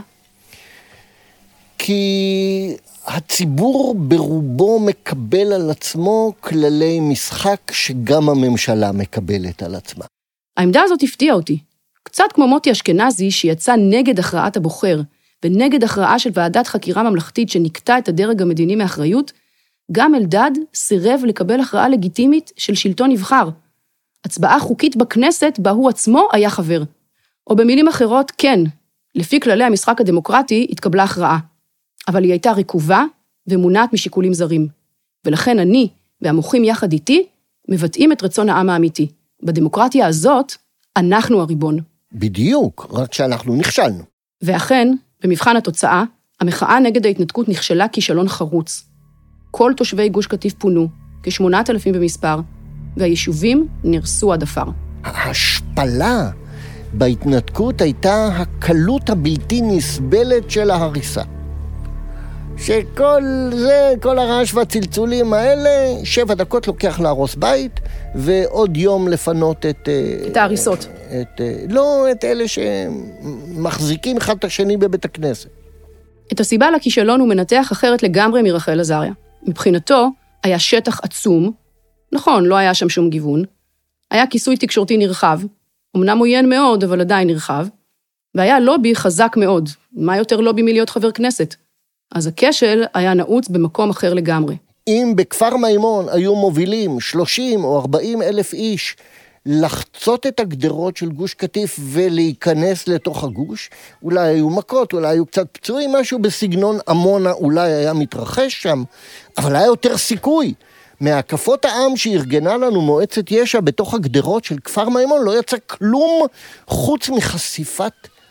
כי הציבור ברובו מקבל על עצמו כללי משחק שגם הממשלה מקבלת על עצמה. העמדה הזאת הפתיעה אותי. קצת כמו מוטי אשכנזי שיצא נגד הכרעת הבוחר, ונגד הכרעה של ועדת חקירה ממלכתית שנקטה את הדרג המדיני מאחריות, גם אלדד סירב לקבל הכרעה לגיטימית של שלטון נבחר. הצבעה חוקית בכנסת בה הוא עצמו היה חבר. או במילים אחרות, כן, לפי כללי המשחק הדמוקרטי התקבלה הכרעה. אבל היא הייתה רקובה ומונעת משיקולים זרים. ולכן אני והמוחים יחד איתי מבטאים את רצון העם האמיתי. בדמוקרטיה הזאת, אנחנו הריבון. בדיוק, רק שאנחנו נכשלנו. ואכן, במבחן התוצאה, המחאה נגד ההתנתקות נכשלה כישלון חרוץ. כל תושבי גוש קטיף פונו, כשמונת אלפים במספר, והיישובים נרסו עד עפר. ההשפלה בהתנתקות הייתה הקלות הבלתי נסבלת של ההריסה. שכל זה, כל הרעש והצלצולים האלה, שבע דקות לוקח להרוס בית, ועוד יום לפנות את... את ההריסות. את, לא, את אלה שמחזיקים אחד את השני בבית הכנסת. את הסיבה לכישלון הוא מנתח אחרת לגמרי מרחל עזריה. מבחינתו היה שטח עצום, נכון, לא היה שם שום גיוון, היה כיסוי תקשורתי נרחב, אמנם עוין מאוד, אבל עדיין נרחב, והיה לובי חזק מאוד, מה יותר לובי מלהיות חבר כנסת? אז הכשל היה נעוץ במקום אחר לגמרי. אם בכפר מימון היו מובילים שלושים או ארבעים אלף איש לחצות את הגדרות של גוש קטיף ולהיכנס לתוך הגוש, אולי היו מכות, אולי היו קצת פצועים, משהו בסגנון עמונה אולי היה מתרחש שם, אבל היה יותר סיכוי. מהקפות העם שארגנה לנו מועצת ישע בתוך הגדרות של כפר מימון לא יצא כלום חוץ מחשיפת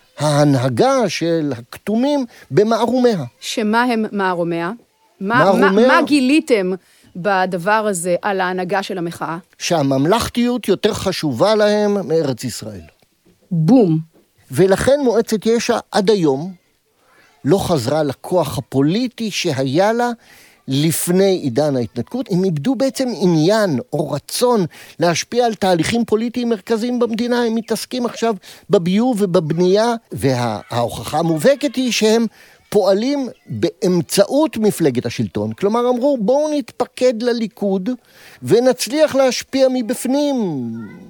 ההנהגה של הכתומים במערומיה. שמה הם מערומיה? מה, מה, מה גיליתם בדבר הזה על ההנהגה של המחאה? שהממלכתיות יותר חשובה להם מארץ ישראל. בום. ולכן מועצת ישע עד היום לא חזרה לכוח הפוליטי שהיה לה לפני עידן ההתנתקות. הם איבדו בעצם עניין או רצון להשפיע על תהליכים פוליטיים מרכזיים במדינה. הם מתעסקים עכשיו בביוב ובבנייה, וההוכחה המובהקת היא שהם פועלים באמצעות מפלגת השלטון. כלומר אמרו בואו נתפקד לליכוד ונצליח להשפיע מבפנים.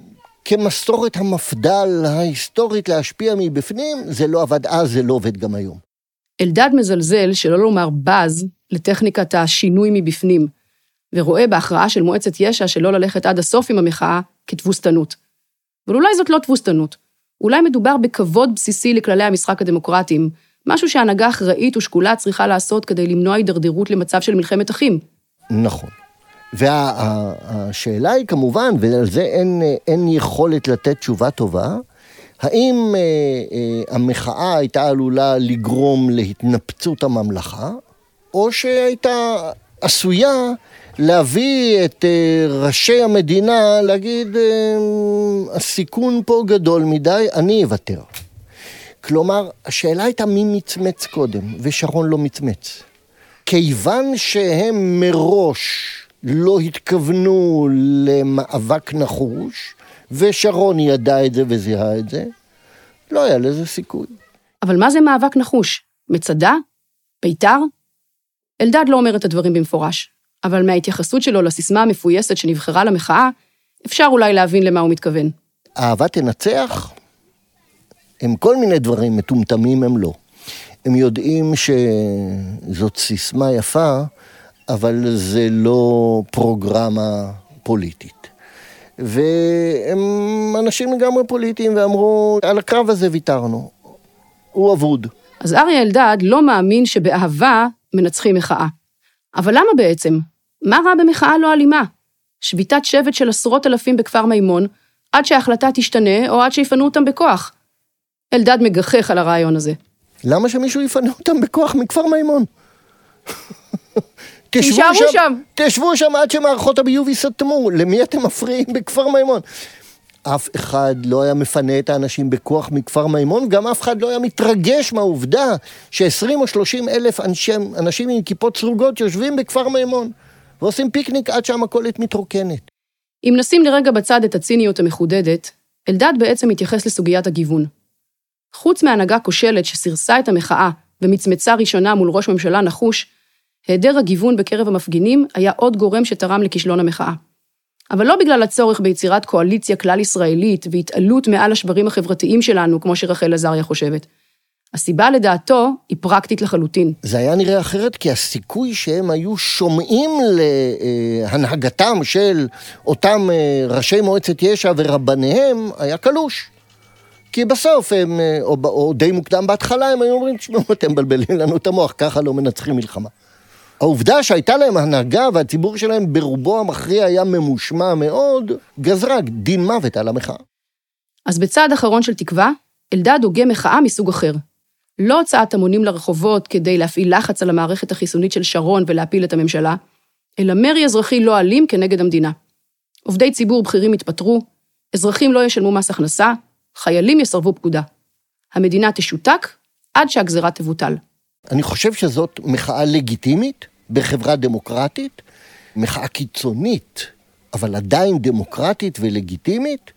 כמסורת המפד"ל ההיסטורית להשפיע מבפנים, זה לא עבד אז, זה לא עובד גם היום. אלדד מזלזל, שלא לומר בז, לטכניקת השינוי מבפנים, ורואה בהכרעה של מועצת ישע שלא ללכת עד הסוף עם המחאה כתבוסתנות. אבל אולי זאת לא תבוסתנות. אולי מדובר בכבוד בסיסי לכללי המשחק הדמוקרטיים, משהו שההנהגה אחראית ושקולה צריכה לעשות כדי למנוע הידרדרות למצב של מלחמת אחים. נכון. והשאלה היא כמובן, ועל זה אין, אין יכולת לתת תשובה טובה, האם אה, אה, המחאה הייתה עלולה לגרום להתנפצות הממלכה, או שהייתה עשויה להביא את אה, ראשי המדינה להגיד, אה, הסיכון פה גדול מדי, אני אוותר. כלומר, השאלה הייתה מי מצמץ קודם, ושרון לא מצמץ. כיוון שהם מראש לא התכוונו למאבק נחוש, ושרון ידע את זה וזיהה את זה, לא היה לזה סיכוי. אבל מה זה מאבק נחוש? מצדה? ביתר? אלדד לא אומר את הדברים במפורש, אבל מההתייחסות שלו לסיסמה המפויסת שנבחרה למחאה, אפשר אולי להבין למה הוא מתכוון. אהבה תנצח? הם כל מיני דברים מטומטמים הם לא. הם יודעים שזאת סיסמה יפה, אבל זה לא פרוגרמה פוליטית. והם אנשים לגמרי פוליטיים ואמרו, על הקרב הזה ויתרנו, הוא אבוד. אז אריה אלדד לא מאמין שבאהבה מנצחים מחאה. אבל למה בעצם? מה רע במחאה לא אלימה? שביתת שבט של עשרות אלפים בכפר מימון, עד שההחלטה תשתנה או עד שיפנו אותם בכוח. אלדד מגחך על הרעיון הזה. למה שמישהו יפנה אותם בכוח מכפר מימון? תשבו שם, שם. תשבו שם עד שמערכות הביוב יסתמו. למי אתם מפריעים בכפר מימון? אף אחד לא היה מפנה את האנשים בכוח מכפר מימון, גם אף אחד לא היה מתרגש מהעובדה ש-עשרים או שלושים אלף אנשים, אנשים עם כיפות סרוגות יושבים בכפר מימון, ועושים פיקניק עד שהמכולת מתרוקנת. אם נשים לרגע בצד את הציניות המחודדת, אלדד בעצם מתייחס לסוגיית הגיוון. חוץ מהנהגה כושלת שסירסה את המחאה ומצמצה ראשונה מול ראש ממשלה נחוש, היעדר הגיוון בקרב המפגינים היה עוד גורם שתרם לכישלון המחאה. אבל לא בגלל הצורך ביצירת קואליציה כלל ישראלית והתעלות מעל השברים החברתיים שלנו, כמו שרחל עזריה חושבת. הסיבה לדעתו היא פרקטית לחלוטין. זה היה נראה אחרת כי הסיכוי שהם היו שומעים להנהגתם של אותם ראשי מועצת יש"ע ורבניהם היה קלוש. כי בסוף הם, או, או די מוקדם בהתחלה, הם היו אומרים, תשמעו, אתם בלבלים לנו את המוח, ככה לא מנצחים מלחמה. העובדה שהייתה להם הנהגה והציבור שלהם ברובו המכריע היה ממושמע מאוד, גזרה דין מוות על המחאה. אז בצעד אחרון של תקווה, אלדד הוגה מחאה מסוג אחר. לא הוצאת המונים לרחובות כדי להפעיל לחץ על המערכת החיסונית של שרון ולהפיל את הממשלה, אלא מרי אזרחי לא אלים כנגד המדינה. עובדי ציבור בכירים התפטרו, אזרחים לא ישלמו מס הכנסה, חיילים יסרבו פקודה. המדינה תשותק עד שהגזרה תבוטל. אני חושב שזאת מחאה לגיטימית בחברה דמוקרטית, מחאה קיצונית, אבל עדיין דמוקרטית ולגיטימית,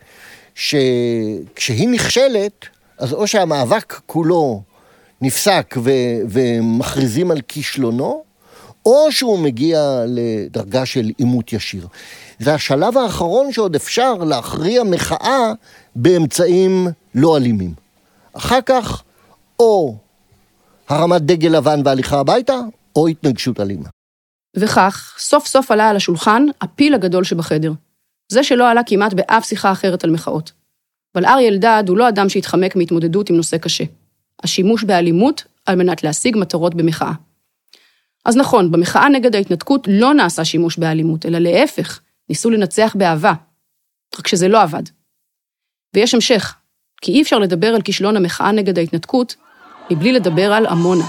שכשהיא נכשלת, אז או שהמאבק כולו נפסק ו- ומכריזים על כישלונו, או שהוא מגיע לדרגה של עימות ישיר. זה השלב האחרון שעוד אפשר להכריע מחאה באמצעים לא אלימים. אחר כך, או הרמת דגל לבן והליכה הביתה, או התנגשות אלימה. וכך, סוף סוף עלה על השולחן הפיל הגדול שבחדר. זה שלא עלה כמעט באף שיחה אחרת על מחאות. אבל אריה אלדד הוא לא אדם שהתחמק מהתמודדות עם נושא קשה. השימוש באלימות על מנת להשיג מטרות במחאה. אז נכון, במחאה נגד ההתנתקות לא נעשה שימוש באלימות, אלא להפך, ניסו לנצח באהבה. רק שזה לא עבד. ויש המשך, כי אי אפשר לדבר על כישלון המחאה נגד ההתנתקות, מבלי לדבר על עמונה.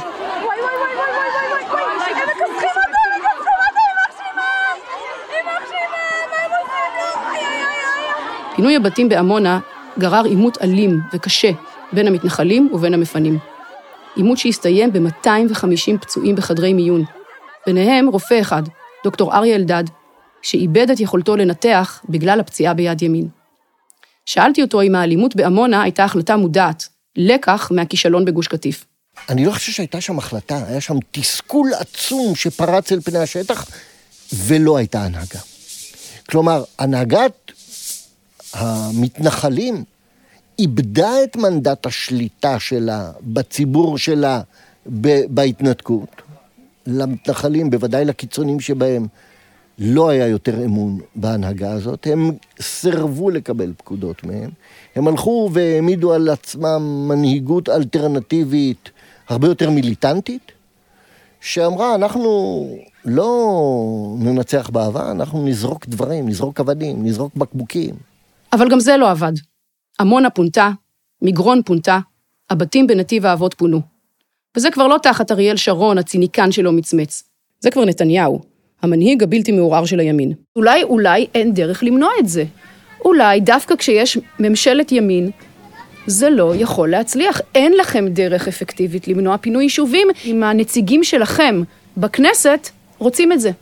פינוי הבתים בעמונה גרר עימות אלים וקשה בין המתנחלים ובין המפנים. עימות שהסתיים ב-מאתיים וחמישים פצועים בחדרי מיון. ביניהם רופא אחד, דוקטור אריה אלדד, שאיבד את יכולתו לנתח בגלל הפציעה ביד ימין. שאלתי אותו אם האלימות בעמונה הייתה החלטה מודעת, לקח מהכישלון בגוש קטיף. אני לא חושב שהייתה שם החלטה, היה שם תסכול עצום שפרץ אל פני השטח, ולא הייתה הנהגה. כלומר, הנהגת המתנחלים איבדה את מנדט השליטה שלה בציבור שלה בהתנתקות. למתנחלים, בוודאי לקיצונים שבהם, לא היה יותר אמון בהנהגה הזאת. הם סרבו לקבל פקודות מהם. הם הלכו והעמידו על עצמם מנהיגות אלטרנטיבית הרבה יותר מיליטנטית, שאמרה, אנחנו לא ננצח באהבה, אנחנו נזרוק דברים, נזרוק אבנים, נזרוק בקבוקים. אבל גם זה לא עבד. עמונה פונתה, מגרון פונתה, הבתים בנתיב האבות פונו. וזה כבר לא תחת אריאל שרון, הציניקן שלו מצמץ. זה כבר נתניהו, המנהיג הבלתי מעורער של הימין. אולי, אולי אין דרך למנוע את זה. אולי דווקא כשיש ממשלת ימין, זה לא יכול להצליח. אין לכם דרך אפקטיבית למנוע פינוי יישובים אם הנציגים שלכם בכנסת רוצים את זה.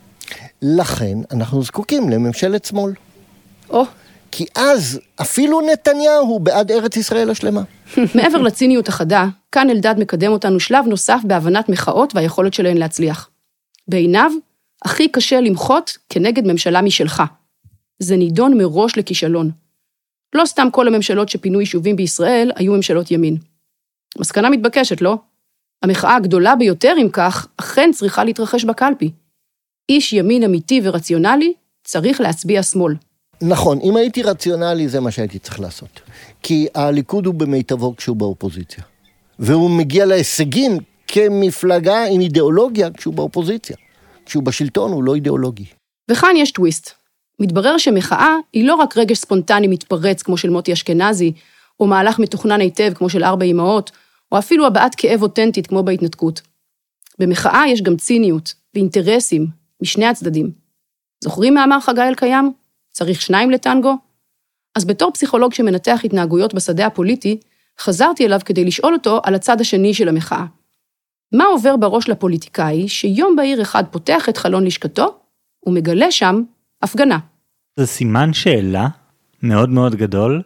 לכן אנחנו זקוקים לממשלת שמאל. או. כי אז אפילו נתניהו בעד ארץ ישראל השלמה. מעבר לציניות החדה, כאן אלדד מקדם אותנו שלב נוסף בהבנת מחאות והיכולת שלהן להצליח. בעיניו, הכי קשה למחות כנגד ממשלה משלך. זה נידון מראש לכישלון. לא סתם כל הממשלות שפינו יישובים בישראל היו ממשלות ימין. מסקנה מתבקשת, לא? המחאה הגדולה ביותר, אם כך, אכן צריכה להתרחש בקלפי. איש ימין אמיתי ורציונלי צריך להצביע שמאל. נכון, אם הייתי רציונלי זה מה שהייתי צריך לעשות. כי הליכוד הוא במיטבו כשהוא באופוזיציה. והוא מגיע להישגים כמפלגה עם אידיאולוגיה כשהוא באופוזיציה. כשהוא בשלטון הוא לא אידיאולוגי. וכאן יש טוויסט. מתברר שמחאה היא לא רק רגש ספונטני מתפרץ כמו של מוטי אשכנזי, או מהלך מתוכנן היטב כמו של ארבע אמהות, או אפילו הבעת כאב אותנטית כמו בהתנתקות. במחאה יש גם ציניות ואינטרסים משני הצדדים. זוכרים מאמר חגי אלקיים? צריך שניים לטנגו? אז בתור פסיכולוג שמנתח התנהגויות בשדה הפוליטי, חזרתי אליו כדי לשאול אותו על הצד השני של המחאה. מה עובר בראש לפוליטיקאי שיום בהיר אחד פותח את חלון לשכתו, ומגלה שם הפגנה? זה סימן שאלה מאוד מאוד גדול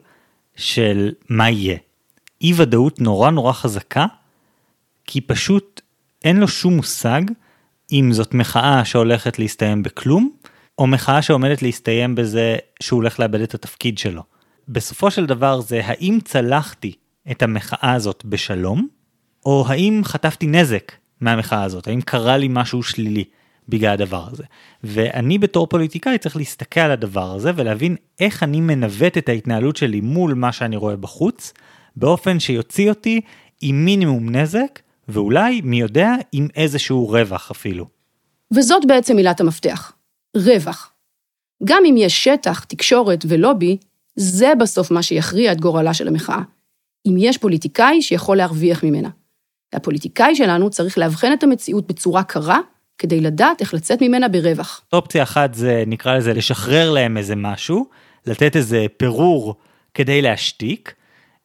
של מה יהיה. אי ודאות נורא נורא חזקה, כי פשוט אין לו שום מושג אם זאת מחאה שהולכת להסתיים בכלום, או מחאה שעומדת להסתיים בזה שהוא הולך לאבד את התפקיד שלו. בסופו של דבר זה האם צלחתי את המחאה הזאת בשלום, או האם חטפתי נזק מהמחאה הזאת, האם קרה לי משהו שלילי בגלל הדבר הזה. ואני בתור פוליטיקאי צריך להסתכל על הדבר הזה ולהבין איך אני מנווט את ההתנהלות שלי מול מה שאני רואה בחוץ, באופן שיוציא אותי עם מינימום נזק, ואולי מי יודע עם איזשהו רווח אפילו. וזאת בעצם מילת המפתח. רווח. גם אם יש שטח, תקשורת ולובי, זה בסוף מה שיכריע את גורלה של המחאה. אם יש פוליטיקאי שיכול להרוויח ממנה. והפוליטיקאי שלנו צריך להבחן את המציאות בצורה קרה, כדי לדעת איך לצאת ממנה ברווח. אופציה אחת זה, נקרא לזה, לשחרר להם איזה משהו, לתת איזה פירור כדי להשתיק.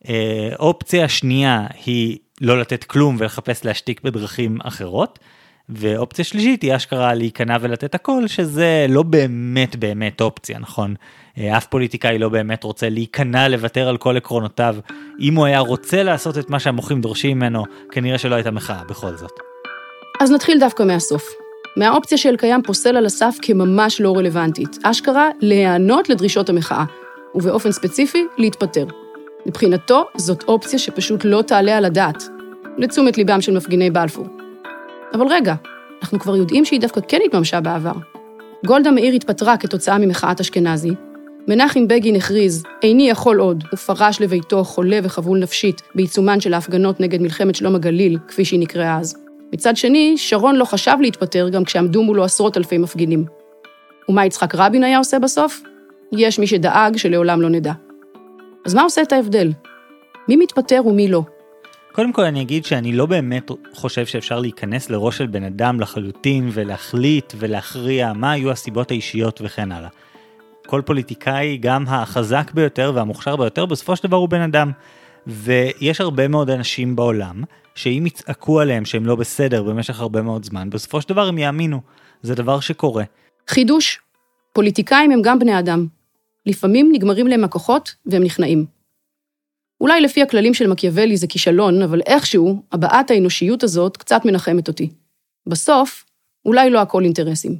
אופציה שנייה היא לא לתת כלום ולחפש להשתיק בדרכים אחרות. ואופציה שלישית היא אשכרה להיכנע ולתת הכל, שזה לא באמת באמת אופציה, נכון? אף פוליטיקאי לא באמת רוצה להיכנע לוותר על כל עקרונותיו. אם הוא היה רוצה לעשות את מה שהמוחים דורשים ממנו, כנראה שלא הייתה מחאה בכל זאת. אז נתחיל דווקא מהסוף. מהאופציה של קיים פוסל על הסף כממש לא רלוונטית. אשכרה להיענות לדרישות המחאה, ובאופן ספציפי להתפטר. מבחינתו זאת אופציה שפשוט לא תעלה על הדעת, לתשומת ליבם של מפגיני בלפור. אבל רגע, אנחנו כבר יודעים שהיא דווקא כן התממשה בעבר. גולדה מאיר התפטרה כתוצאה ממחאת אשכנזי, מנחם בגין הכריז, איני יכול עוד, ופרש לביתו חולה וחבול נפשית בעיצומן של ההפגנות נגד מלחמת שלום הגליל, כפי שהיא נקראה אז. מצד שני, שרון לא חשב להתפטר גם כשעמדו מולו עשרות אלפי מפגינים. ומה יצחק רבין היה עושה בסוף? יש מי שדאג שלעולם לא נדע. אז מה עושה את ההבדל? מי מתפטר ומי לא? קודם כל אני אגיד שאני לא באמת חושב שאפשר להיכנס לראש של בן אדם לחלוטין ולהחליט ולהכריע מה היו הסיבות האישיות וכן הלאה. כל פוליטיקאי, גם החזק ביותר והמוכשר ביותר, בסופו של דבר הוא בן אדם. ויש הרבה מאוד אנשים בעולם שאם יצעקו עליהם שהם לא בסדר במשך הרבה מאוד זמן, בסופו של דבר הם יאמינו. זה דבר שקורה. חידוש, פוליטיקאים הם גם בני אדם. לפעמים נגמרים להם הכוחות והם נכנעים. אולי לפי הכללים של מקיאוולי זה כישלון, אבל איכשהו, הבעת האנושיות הזאת קצת מנחמת אותי. בסוף, אולי לא הכל אינטרסים.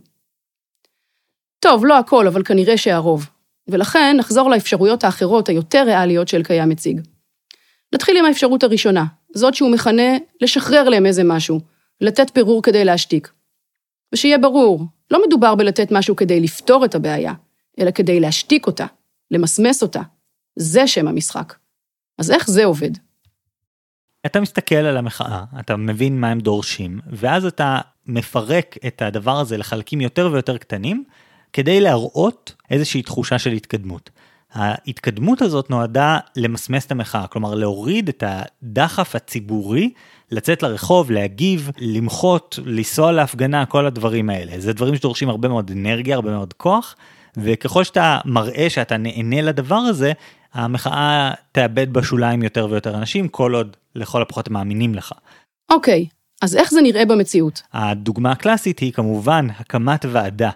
טוב, לא הכל, אבל כנראה שהרוב. ולכן נחזור לאפשרויות האחרות היותר ריאליות של קיים מציג. נתחיל עם האפשרות הראשונה, זאת שהוא מכנה לשחרר להם איזה משהו, לתת פירור כדי להשתיק. ושיהיה ברור, לא מדובר בלתת משהו כדי לפתור את הבעיה, אלא כדי להשתיק אותה, למסמס אותה. זה שם המשחק. אז איך זה עובד? אתה מסתכל על המחאה, אתה מבין מה הם דורשים, ואז אתה מפרק את הדבר הזה לחלקים יותר ויותר קטנים, כדי להראות איזושהי תחושה של התקדמות. ההתקדמות הזאת נועדה למסמס את המחאה, כלומר להוריד את הדחף הציבורי, לצאת לרחוב, להגיב, למחות, לנסוע להפגנה, כל הדברים האלה. זה דברים שדורשים הרבה מאוד אנרגיה, הרבה מאוד כוח, וככל שאתה מראה שאתה נהנה לדבר הזה, המחאה תאבד בשוליים יותר ויותר אנשים, כל עוד לכל הפחות הם מאמינים לך. אוקיי, אז איך זה נראה במציאות? הדוגמה הקלאסית היא כמובן הקמת ועדה.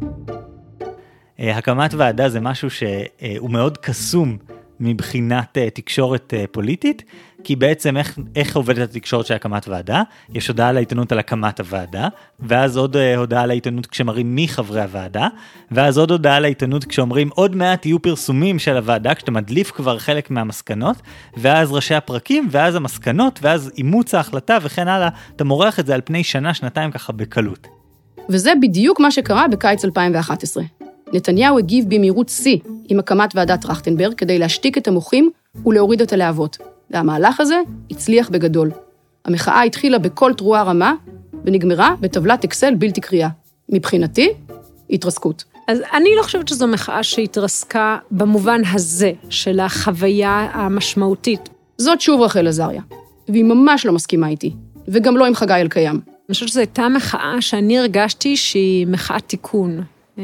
הקמת ועדה זה משהו שהוא מאוד קסום מבחינת תקשורת פוליטית, כי בעצם איך, איך עובדת התקשורת של הקמת ועדה? יש הודעה לעיתונות על הקמת הוועדה, ואז עוד הודעה לעיתונות כשמראים מי חברי הוועדה, ואז עוד הודעה לעיתונות כשאומרים עוד מעט יהיו פרסומים של הוועדה, כשאתה מדליף כבר חלק מהמסקנות, ואז ראשי הפרקים, ואז המסקנות, ואז אימוץ ההחלטה וכן הלאה, אתה מורח את זה על פני שנה, שנתיים ככה בקלות. וזה בדיוק מה שקרה בקיץ אלפיים ואחת עשרה. נתניהו הגיב במהירות שיא עם הקמת ועדת טרכטנברג כדי להשתיק את המוחים ולהוריד את הלהבות. והמהלך הזה הצליח בגדול. המחאה התחילה בכל תרועה רמה ונגמרה בטבלת אקסל בלתי קריאה. מבחינתי, התרסקות. אז אני לא חושבת שזו מחאה שהתרסקה במובן הזה של החוויה המשמעותית. זאת שוב רחל עזריה, והיא ממש לא מסכימה איתי, וגם לא עם חגי אלקיים. אני חושבת שזו הייתה מחאה שאני הרגשתי שהיא מחאת תיקון.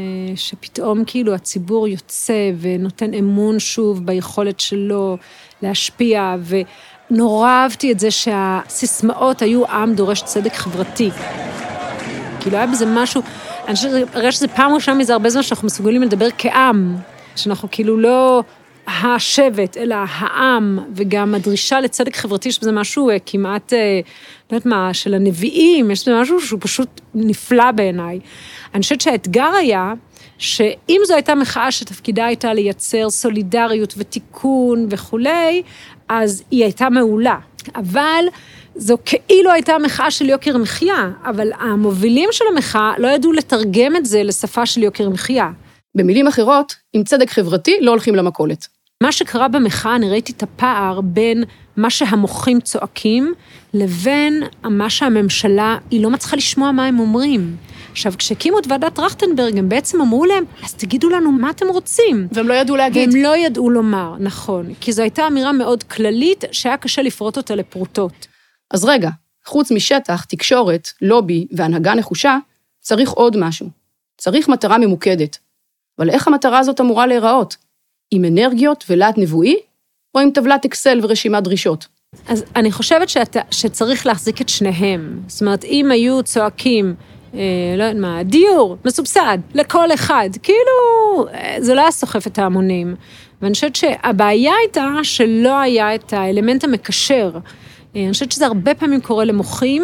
שפתאום כאילו הציבור יוצא ונותן אמון שוב ביכולת שלו להשפיע, ונורא אהבתי את זה שהסיסמאות היו עם דורש צדק חברתי. כאילו היה בזה משהו, אני חושבת שזה פעם ראשונה מזה הרבה זמן שאנחנו מסוגלים לדבר כעם, שאנחנו כאילו לא השבט, אלא העם, וגם הדרישה לצדק חברתי, שזה משהו כמעט, לא יודעת מה, של הנביאים, יש זה משהו שהוא פשוט נפלא בעיניי. אני חושבת שהאתגר היה, שאם זו הייתה מחאה שתפקידה הייתה לייצר סולידריות ותיקון וכולי, אז היא הייתה מעולה. אבל זו כאילו הייתה מחאה של יוקר מחיה, אבל המובילים של המחאה לא ידעו לתרגם את זה לשפה של יוקר מחיה. במילים אחרות, עם צדק חברתי לא הולכים למכולת. מה שקרה במחאה, אני ראיתי את הפער בין מה שהמוחים צועקים, לבין מה שהממשלה, היא לא מצליחה לשמוע מה הם אומרים. עכשיו, כשהקימו את ועדת טרכטנברג, הם בעצם אמרו להם, אז תגידו לנו מה אתם רוצים. והם לא ידעו להגיד. והם לא ידעו לומר, נכון. כי זו הייתה אמירה מאוד כללית, שהיה קשה לפרוט אותה לפרוטות. אז רגע, חוץ משטח, תקשורת, לובי והנהגה נחושה, צריך עוד משהו. צריך מטרה ממוקדת. אבל איך המטרה הזאת אמורה להיראות? עם אנרגיות ולהט נבואי, או עם טבלת אקסל ורשימת דרישות? אז אני חושבת שאתה, שצריך להחזיק את שניהם. זאת אומרת, אם היו צועקים, אה, לא יודע מה, דיור, מסובסד, לכל אחד, כאילו, זה לא היה סוחף את ההמונים. ואני חושבת שהבעיה הייתה שלא היה את האלמנט המקשר. אני חושבת שזה הרבה פעמים קורה למוחים,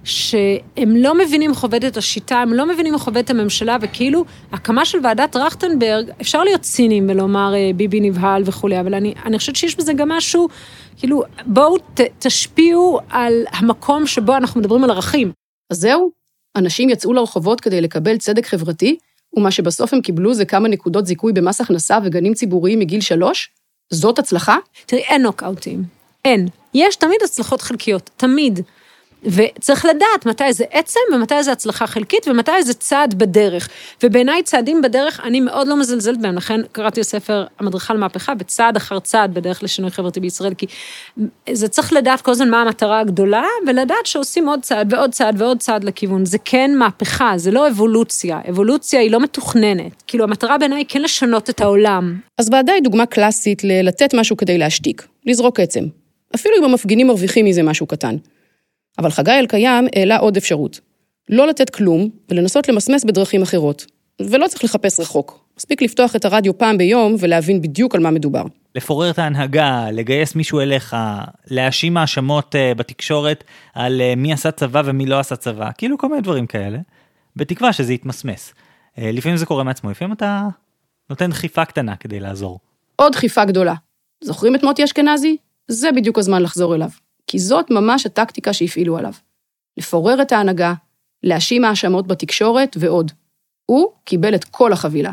שהם לא מבינים איך עובדת השיטה, הם לא מבינים איך עובדת הממשלה, וכאילו, הקמה של ועדת טרכטנברג, אפשר להיות ציניים ולומר ביבי נבהל וכו', אבל אני, אני חושבת שיש בזה גם משהו, כאילו, בואו ת, תשפיעו על המקום שבו אנחנו מדברים על ערכים. אז זהו, אנשים יצאו לרחובות כדי לקבל צדק חברתי, ומה שבסוף הם קיבלו זה כמה נקודות זיכוי במס הכנסה וגנים ציבוריים מגיל שלוש? זאת הצלחה? תראי, אין נוקאוטים. אין. יש תמיד הצלחות חלקיות, תמיד. וצריך לדעת מתי זה עצם, ומתי זה הצלחה חלקית, ומתי זה צעד בדרך. ובעיניי צעדים בדרך, אני מאוד לא מזלזלת בהם, לכן קראתי לספר המדריכה למהפכה, בצעד אחר צעד בדרך לשינוי חברתי בישראל, כי זה צריך לדעת כל הזמן מה המטרה הגדולה, ולדעת שעושים עוד צעד ועוד צעד ועוד צעד לכיוון. זה כן מהפכה, זה לא אבולוציה. אבולוציה היא לא מתוכננת. כאילו המטרה בעיניי היא כן לשנות את העולם. אז ועדה היא דוגמה קלאסית לתת משהו כדי להשתיק, לזרוק עצם. אפילו אם המפגינים מרוויחים מזה משהו קטן. אבל חגי אלקיים העלה עוד אפשרות. לא לתת כלום ולנסות למסמס בדרכים אחרות. ולא צריך לחפש רחוק. מספיק לפתוח את הרדיו פעם ביום ולהבין בדיוק על מה מדובר. לפורר את ההנהגה, לגייס מישהו אליך, להאשים האשמות בתקשורת על מי עשה צבא ומי לא עשה צבא. כאילו כל מיני דברים כאלה. בתקווה שזה יתמסמס. לפעמים זה קורה מעצמו, לפעמים אתה נותן דחיפה קטנה כדי לעזור. עוד דחיפה גדולה. זוכרים את מוטי אשכנזי? זה בדיוק הזמן לחזור אליו. כי זאת ממש הטקטיקה שהפעילו עליו. לפורר את ההנהגה, להאשים האשמות בתקשורת ועוד. הוא קיבל את כל החבילה.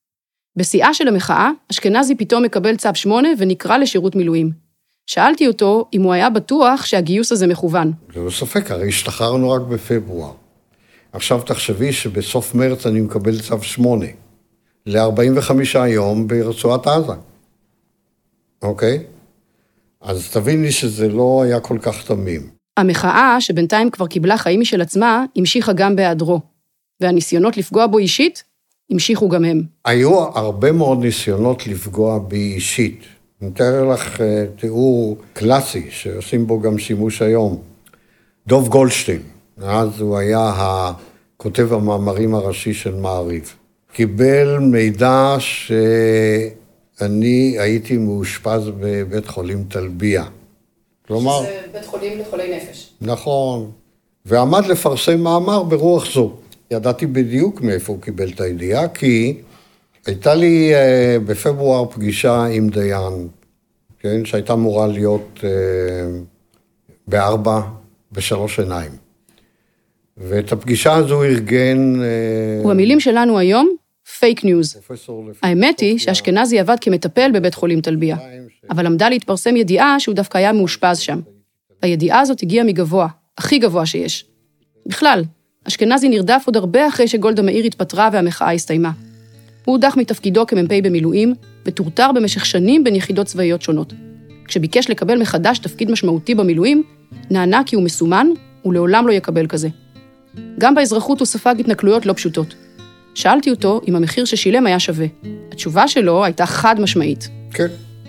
בשיאה של המחאה, אשכנזי פתאום מקבל צו שמונה ונקרא לשירות מילואים. שאלתי אותו אם הוא היה בטוח שהגיוס הזה מכוון. לא ספק, הרי השתחררנו רק בפברואר. עכשיו תחשבי שבסוף מרץ אני מקבל צו שמונה, ל-ארבעים וחמישה יום ברצועת עזה. אוקיי? אז תבין לי שזה לא היה כל כך תמים. המחאה, שבינתיים כבר קיבלה חיים משל עצמה, המשיכה גם בהיעדרו, והניסיונות לפגוע בו אישית, המשיכו גם הם. היו הרבה מאוד ניסיונות לפגוע בי אישית. אני מתאר לך תיאור קלאסי, שעושים בו גם שימוש היום. דוב גולדשטיין, אז הוא היה הכותב המאמרים הראשי של מעריב. קיבל מידע שאני הייתי מאושפז בבית חולים תלביה. כלומר... שזה בית חולים לחולי נפש. נכון. ועמד לפרסם מאמר ברוח זו. ידעתי בדיוק מאיפה הוא קיבל את הידיעה, כי הייתה לי uh, בפברואר פגישה עם דיין, כן, שהייתה אמורה להיות uh, בארבע, בשלוש עיניים. ואת הפגישה הזו ארגן... Uh, ובמילים שלנו היום, פייק ניוז. האמת היא שאשכנזי עבד כמטפל בבית חולים תלביה, אבל עמדה להתפרסם ידיעה שהוא דווקא היה מאושפז שם. הידיעה הזאת הגיעה מגבוה, הכי גבוה שיש. בכלל, אשכנזי נרדף עוד הרבה אחרי שגולדה מאיר התפטרה והמחאה הסתיימה. הוא הודח מתפקידו כמ"פ במילואים, וטורטר במשך שנים בין יחידות צבאיות שונות. כשביקש לקבל מחדש תפקיד משמעותי במילואים, נענה כי הוא מסומן, ולעולם לא יקבל כזה. גם באזרחות הוא ספג התנכלויות לא פשוטות. שאלתי אותו אם המחיר ששילם היה שווה. התשובה שלו הייתה חד משמעית. כן,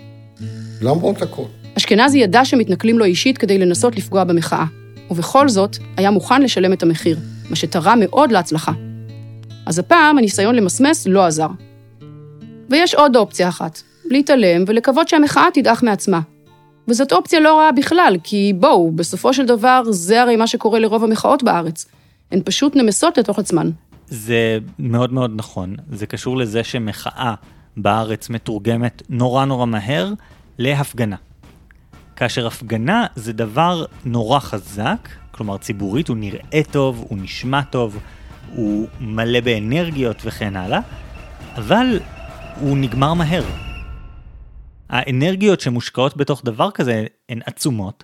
למרות הכל. אשכנזי ידע שמתנכלים לו אישית כדי לנסות לפגוע במחאה, ובכל זאת היה מוכן לשלם את המחיר, מה שתרם מאוד להצלחה. אז הפעם הניסיון למסמס לא עזר. ויש עוד אופציה אחת, להתעלם ולקוות שהמחאה תדעך מעצמה. וזאת אופציה לא רעה בכלל, כי בואו, בסופו של דבר זה הרי מה שקורה לרוב המחאות בארץ. הן פשוט נמסות לתוך עצמן. זה מאוד מאוד נכון. זה קשור לזה שמחאה בארץ מתורגמת נורא נורא מהר להפגנה. כאשר הפגנה זה דבר נורא חזק, כלומר ציבורית, הוא נראה טוב, הוא נשמע טוב, הוא מלא באנרגיות וכן הלאה, אבל הוא נגמר מהר. האנרגיות שמושקעות בתוך דבר כזה הן עצומות,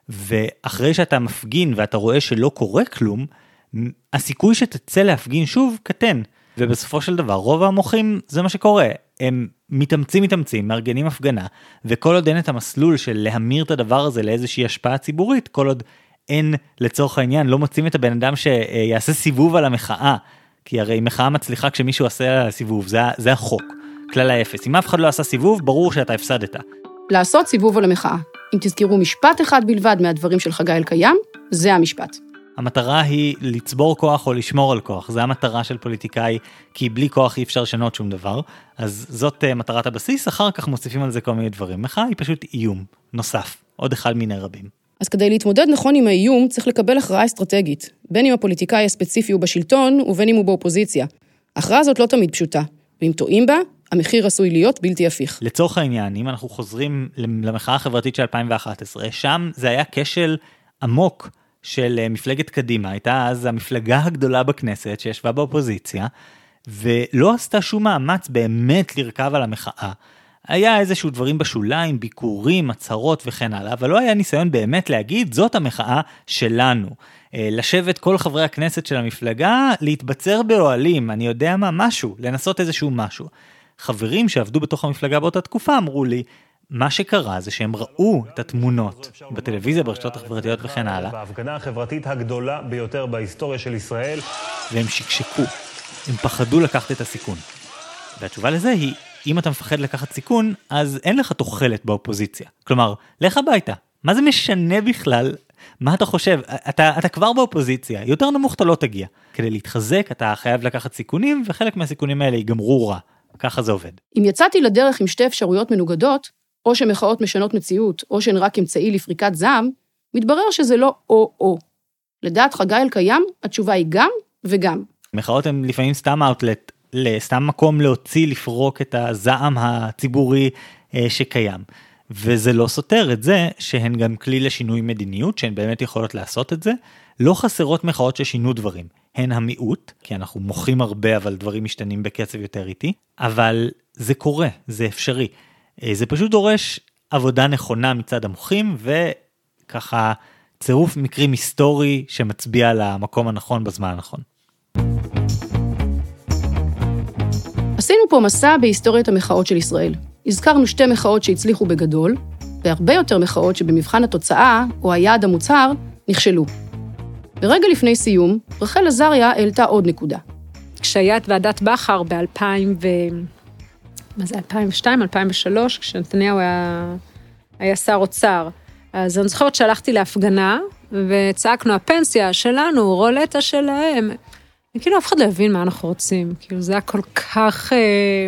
ואחרי שאתה מפגין ואתה רואה שלא קורה כלום, הסיכוי שתצא להפגין שוב קטן, ובסופו של דבר רוב המוחים זה מה שקורה, הם מתאמצים מתאמצים, מארגנים הפגנה, וכל עוד אין את המסלול של להמיר את הדבר הזה לאיזושהי השפעה ציבורית, כל עוד אין לצורך העניין, לא מוצאים את הבן אדם שיעשה סיבוב על המחאה, כי הרי מחאה מצליחה כשמישהו עושה סיבוב, זה, זה החוק, כלל האפס. אם אף אחד לא עשה סיבוב, ברור שאתה הפסדת. לעשות סיבוב על המחאה. אם תזכרו משפט אחד בלבד מהדברים של חגי אלקיים, זה המשפט. המטרה היא לצבור כוח או לשמור על כוח, זה המטרה של פוליטיקאי, כי בלי כוח אי אפשר לשנות שום דבר, אז זאת מטרת הבסיס, אחר כך מוסיפים על זה כל מיני דברים. מחאה היא פשוט איום נוסף, עוד אחד מיני רבים. אז כדי להתמודד נכון עם האיום, צריך לקבל הכרעה אסטרטגית, בין אם הפוליטיקאי הספציפי הוא בשלטון, ובין אם הוא באופוזיציה. ההכרעה הזאת לא תמיד פשוטה, ואם טועים בה, המחיר עשוי להיות בלתי הפיך. לצורך העניין, אם אנחנו חוזרים למחאה החברתית של אלפיים ואחת עשרה, שם זה היה כשל עמוק של מפלגת קדימה, הייתה אז המפלגה הגדולה בכנסת שישבה באופוזיציה, ולא עשתה שום מאמץ באמת לרכב על המחאה. היה איזשהו דברים בשוליים, ביקורים, הצהרות וכן הלאה, אבל לא היה ניסיון באמת להגיד, זאת המחאה שלנו. לשבת כל חברי הכנסת של המפלגה, להתבצר באוהלים, אני יודע מה, משהו, לנסות איזשהו משהו. חברים שעבדו בתוך המפלגה באותה תקופה אמרו לי, מה שקרה זה שהם ראו את התמונות בטלוויזיה, ברשתות החברתיות וכן הלאה. בהפגנה החברתית הגדולה ביותר בהיסטוריה של ישראל. והם שקשקו, הם פחדו לקחת את הסיכון. והתשובה לזה היא, אם אתה מפחד לקחת סיכון, אז אין לך תוחלת באופוזיציה. כלומר, לך הביתה. מה זה משנה בכלל? מה אתה חושב? אתה, אתה כבר באופוזיציה, יותר נמוך אתה לא תגיע. כדי להתחזק, אתה חייב לקחת סיכונים, וחלק מהסיכונים האלה ייגמרו רע. ככה זה עובד. אם יצאתי לדרך עם שתי אפשרויות מנוגדות, או שמחאות משנות מציאות, או שהן רק אמצעי לפריקת זעם, מתברר שזה לא או-או. לדעת חגי אלקיים, התשובה היא גם וגם. מחאות הן לפעמים סתם אאוטלט, סתם מקום להוציא, לפרוק את הזעם הציבורי אה, שקיים. וזה לא סותר את זה שהן גם כלי לשינוי מדיניות, שהן באמת יכולות לעשות את זה. לא חסרות מחאות ששינו דברים. הן המיעוט, כי אנחנו מוחים הרבה, אבל דברים משתנים בקצב יותר איטי. אבל זה קורה, זה אפשרי. זה פשוט דורש עבודה נכונה מצד המוחים, וככה צירוף מקרים היסטורי שמצביע על המקום הנכון בזמן הנכון. עשינו פה מסע בהיסטוריית המחאות של ישראל. הזכרנו שתי מחאות שהצליחו בגדול, והרבה יותר מחאות שבמבחן התוצאה, או היעד המוצהר, נכשלו. ברגע לפני סיום, רחל עזריה העלתה עוד נקודה. כשהיה את ועדת בכר ב-אלפיים ו... מה זה, אלפיים ושתיים, אלפיים ושלוש, כשנתניהו היה, היה שר אוצר, אז אני זוכרת שהלכתי להפגנה, וצעקנו, הפנסיה שלנו, רולטה שלהם. וכאילו אף אחד לא הבין מה אנחנו רוצים. כאילו זה היה כל כך אה,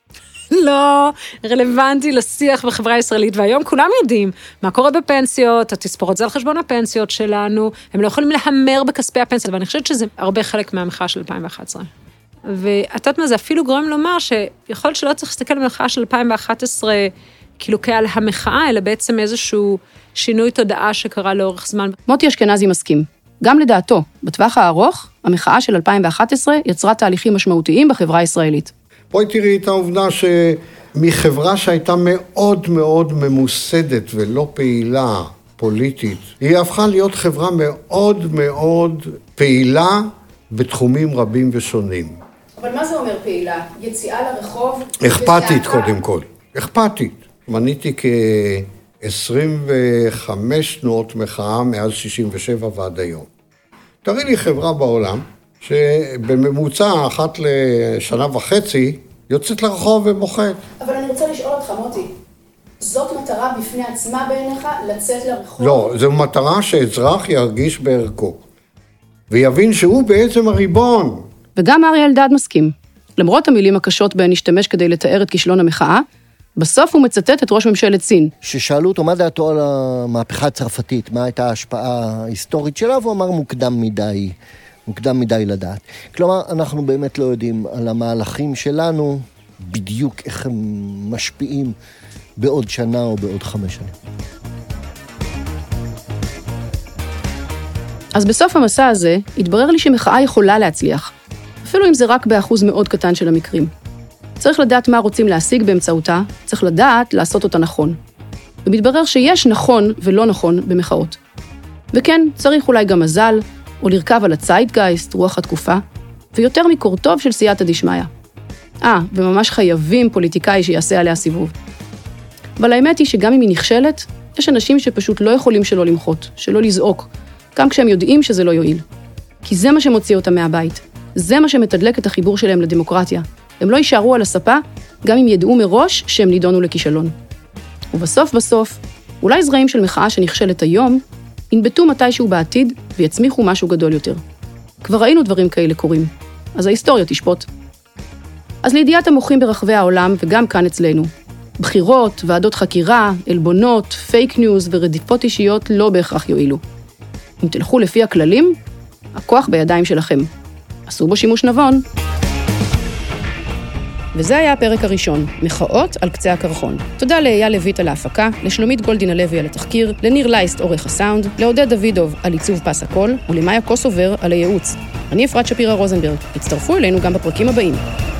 לא רלוונטי לשיח בחברה הישראלית, והיום כולם יודעים מה קורה בפנסיות, התספורות זה על חשבון הפנסיות שלנו, הם לא יכולים להמר בכספי הפנסיה, ואני חושבת שזה הרבה חלק מהמחאה של אלפיים ואחת עשרה. ואת יודעת מה, זה אפילו גורם לומר שיכול שלא צריך להסתכל על המחאה של אלפיים ואחת עשרה כאילו כעל המחאה, אלא בעצם איזשהו שינוי תודעה שקרה לאורך זמן. מוטי אשכנזי מסכים. גם לדעתו, בטווח הארוך, המחאה של אלפיים ואחת עשרה יצרה תהליכים משמעותיים בחברה הישראלית. בואי תראי את העובדה שמחברה שהייתה מאוד מאוד ממוסדת ולא פעילה פוליטית, היא הפכה להיות חברה מאוד מאוד פעילה בתחומים רבים ושונים. אבל מה זה אומר פעילה? יציאה לרחוב? אכפתית קודם כל. אכפתית. מניתי כ-עשרים וחמש תנועות מחאה מאז שישים ושבע ועד היום. תראי לי חברה בעולם שבממוצע אחת לשנה וחצי יוצאת לרחוב ומוחת. אבל אני רוצה לשאול אותך, מוטי, זאת מטרה בפני עצמה בעיניך לצאת לרחוב? לא, זו מטרה שאזרח ירגיש בערכו, ויבין שהוא בעצם הריבון. וגם אריה אלדד מסכים. למרות המילים הקשות בהן השתמש כדי לתאר את כישלון המחאה, בסוף הוא מצטט את ראש ממשלת סין. ששאלו אותו מה דעתו על המהפכה הצרפתית, מה הייתה ההשפעה ההיסטורית שלה, והוא אמר מוקדם מדי, מוקדם מדי לדעת. כלומר, אנחנו באמת לא יודעים על המהלכים שלנו, בדיוק איך הם משפיעים בעוד שנה או בעוד חמש שנים. אז בסוף המסע הזה, התברר לי שמחאה יכולה להצליח, אפילו אם זה רק באחוז מאוד קטן של המקרים. צריך לדעת מה רוצים להשיג באמצעותה, צריך לדעת לעשות אותה נכון. ומתברר שיש נכון ולא נכון במחאות. וכן, צריך אולי גם מזל, או לרכב על הצייטגייסט, רוח התקופה, ויותר מקור טוב של סייעתא דשמיא. אה, וממש חייבים פוליטיקאי שיעשה עליה סיבוב. אבל האמת היא שגם אם היא נכשלת, יש אנשים שפשוט לא יכולים שלא למחות, שלא לזעוק, גם כשהם יודעים שזה לא יועיל. כי זה מה שמוציא אותם מהבית. זה מה שמתדלק את החיבור שלהם לדמוקרטיה. הם לא יישארו על הספה, גם אם ידעו מראש שהם נידונו לכישלון. ובסוף בסוף, אולי זרעים של מחאה שנכשלת היום, ינבטו מתישהו בעתיד ויצמיחו משהו גדול יותר. כבר ראינו דברים כאלה קורים, אז ההיסטוריה תשפוט. אז לידיעת המוחים ברחבי העולם וגם כאן אצלנו, בחירות, ועדות חקירה, אלבונות, פייק ניוז ורדיפות אישיות לא בהכרח יועילו. אם תלכו לפי הכללים, הכוח בידיים שלכם. עשו בו שימוש נבון. וזה היה הפרק הראשון, מחאות על קצה הקרחון. תודה לאייל לויט על ההפקה, לשלומית גולדין הלוי על התחקיר, לניר לייסט עורך הסאונד, לעודד דוידוב על עיצוב פס הקול, ולמאיה קוסובר על הייעוץ. אני אפרת שפירה רוזנברג, הצטרפו אלינו גם בפרקים הבאים.